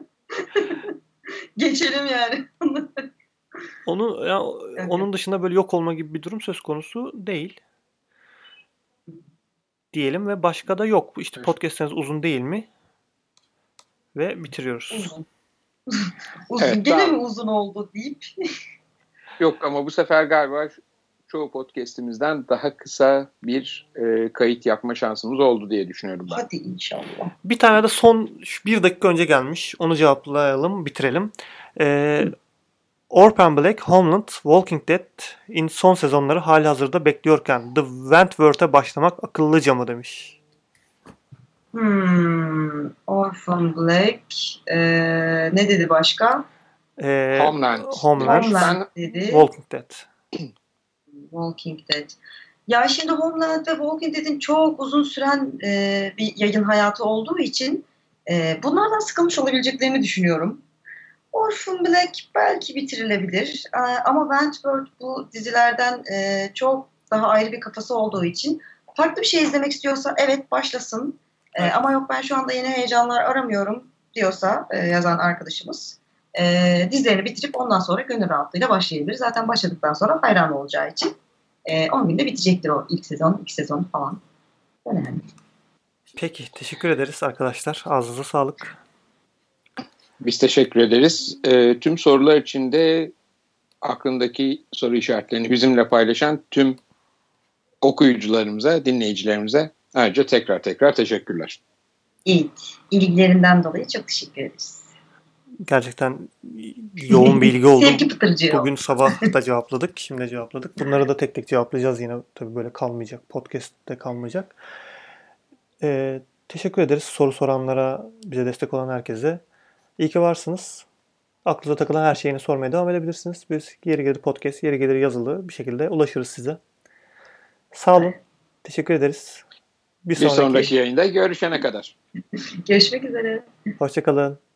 Geçelim yani. Onu ya, Evet. onun dışında böyle yok olma gibi bir durum söz konusu değil. Diyelim ve başka da yok. İşte podcast'iniz uzun değil mi? Ve bitiriyoruz. Uzun. Uzun. Evet, Gene tamam. mi uzun oldu deyip. Yok ama bu sefer galiba çoğu podcast'imizden daha kısa bir e, kayıt yapma şansımız oldu diye düşünüyorum ben. Hadi inşallah. Bir tane de son bir dakika önce gelmiş. Onu cevaplayalım, bitirelim. Ee, Orphan Black, Homeland, Walking Dead'in son sezonları halihazırda bekliyorken The Wentworth'e başlamak akıllıca mı demiş. Hmm, Orphan Black. Ee, ne dedi başka? Ee, Homeland. Homeland, Homeland Ben- dedi. Walking Dead. Walking Dead. Ya şimdi Homeland ve Walking Dead'in çok uzun süren e, bir yayın hayatı olduğu için e, bunlardan sıkılmış olabileceklerini düşünüyorum. Orphan Black belki bitirilebilir. E, ama Wentworth bu dizilerden e, çok daha ayrı bir kafası olduğu için farklı bir şey izlemek istiyorsa evet başlasın. E, Evet. Ama yok ben şu anda yeni heyecanlar aramıyorum diyorsa e, yazan arkadaşımız e, dizilerini bitirip ondan sonra gönül rahatlığıyla başlayabilir. Zaten başladıktan sonra hayran olacağı için e, on günde bitecektir o ilk sezon, iki sezon falan. Önemli. Peki, teşekkür ederiz arkadaşlar. Ağzınıza sağlık. Biz teşekkür ederiz. E, tüm sorular için de aklındaki soru işaretlerini bizimle paylaşan tüm okuyucularımıza, dinleyicilerimize ayrıca tekrar tekrar teşekkürler. İyi. İlgilerinden dolayı çok teşekkür ederiz. Gerçekten yoğun bir ilgi oldu. Sevgi pıtırcığı. Bugün sabah da cevapladık, şimdi de cevapladık. Bunları da tek tek cevaplayacağız yine. Tabii böyle kalmayacak, podcast'te kalmayacak. Ee, teşekkür ederiz soru soranlara, bize destek olan herkese. İyi ki varsınız. Aklınıza takılan her şeyini sormaya devam edebilirsiniz. Biz yeri gelir podcast, yeri gelir yazılı bir şekilde ulaşırız size. Sağ olun. Teşekkür ederiz. Bir Bir sonraki, sonraki yayında görüşene kadar. Görüşmek üzere. hoşça kalın.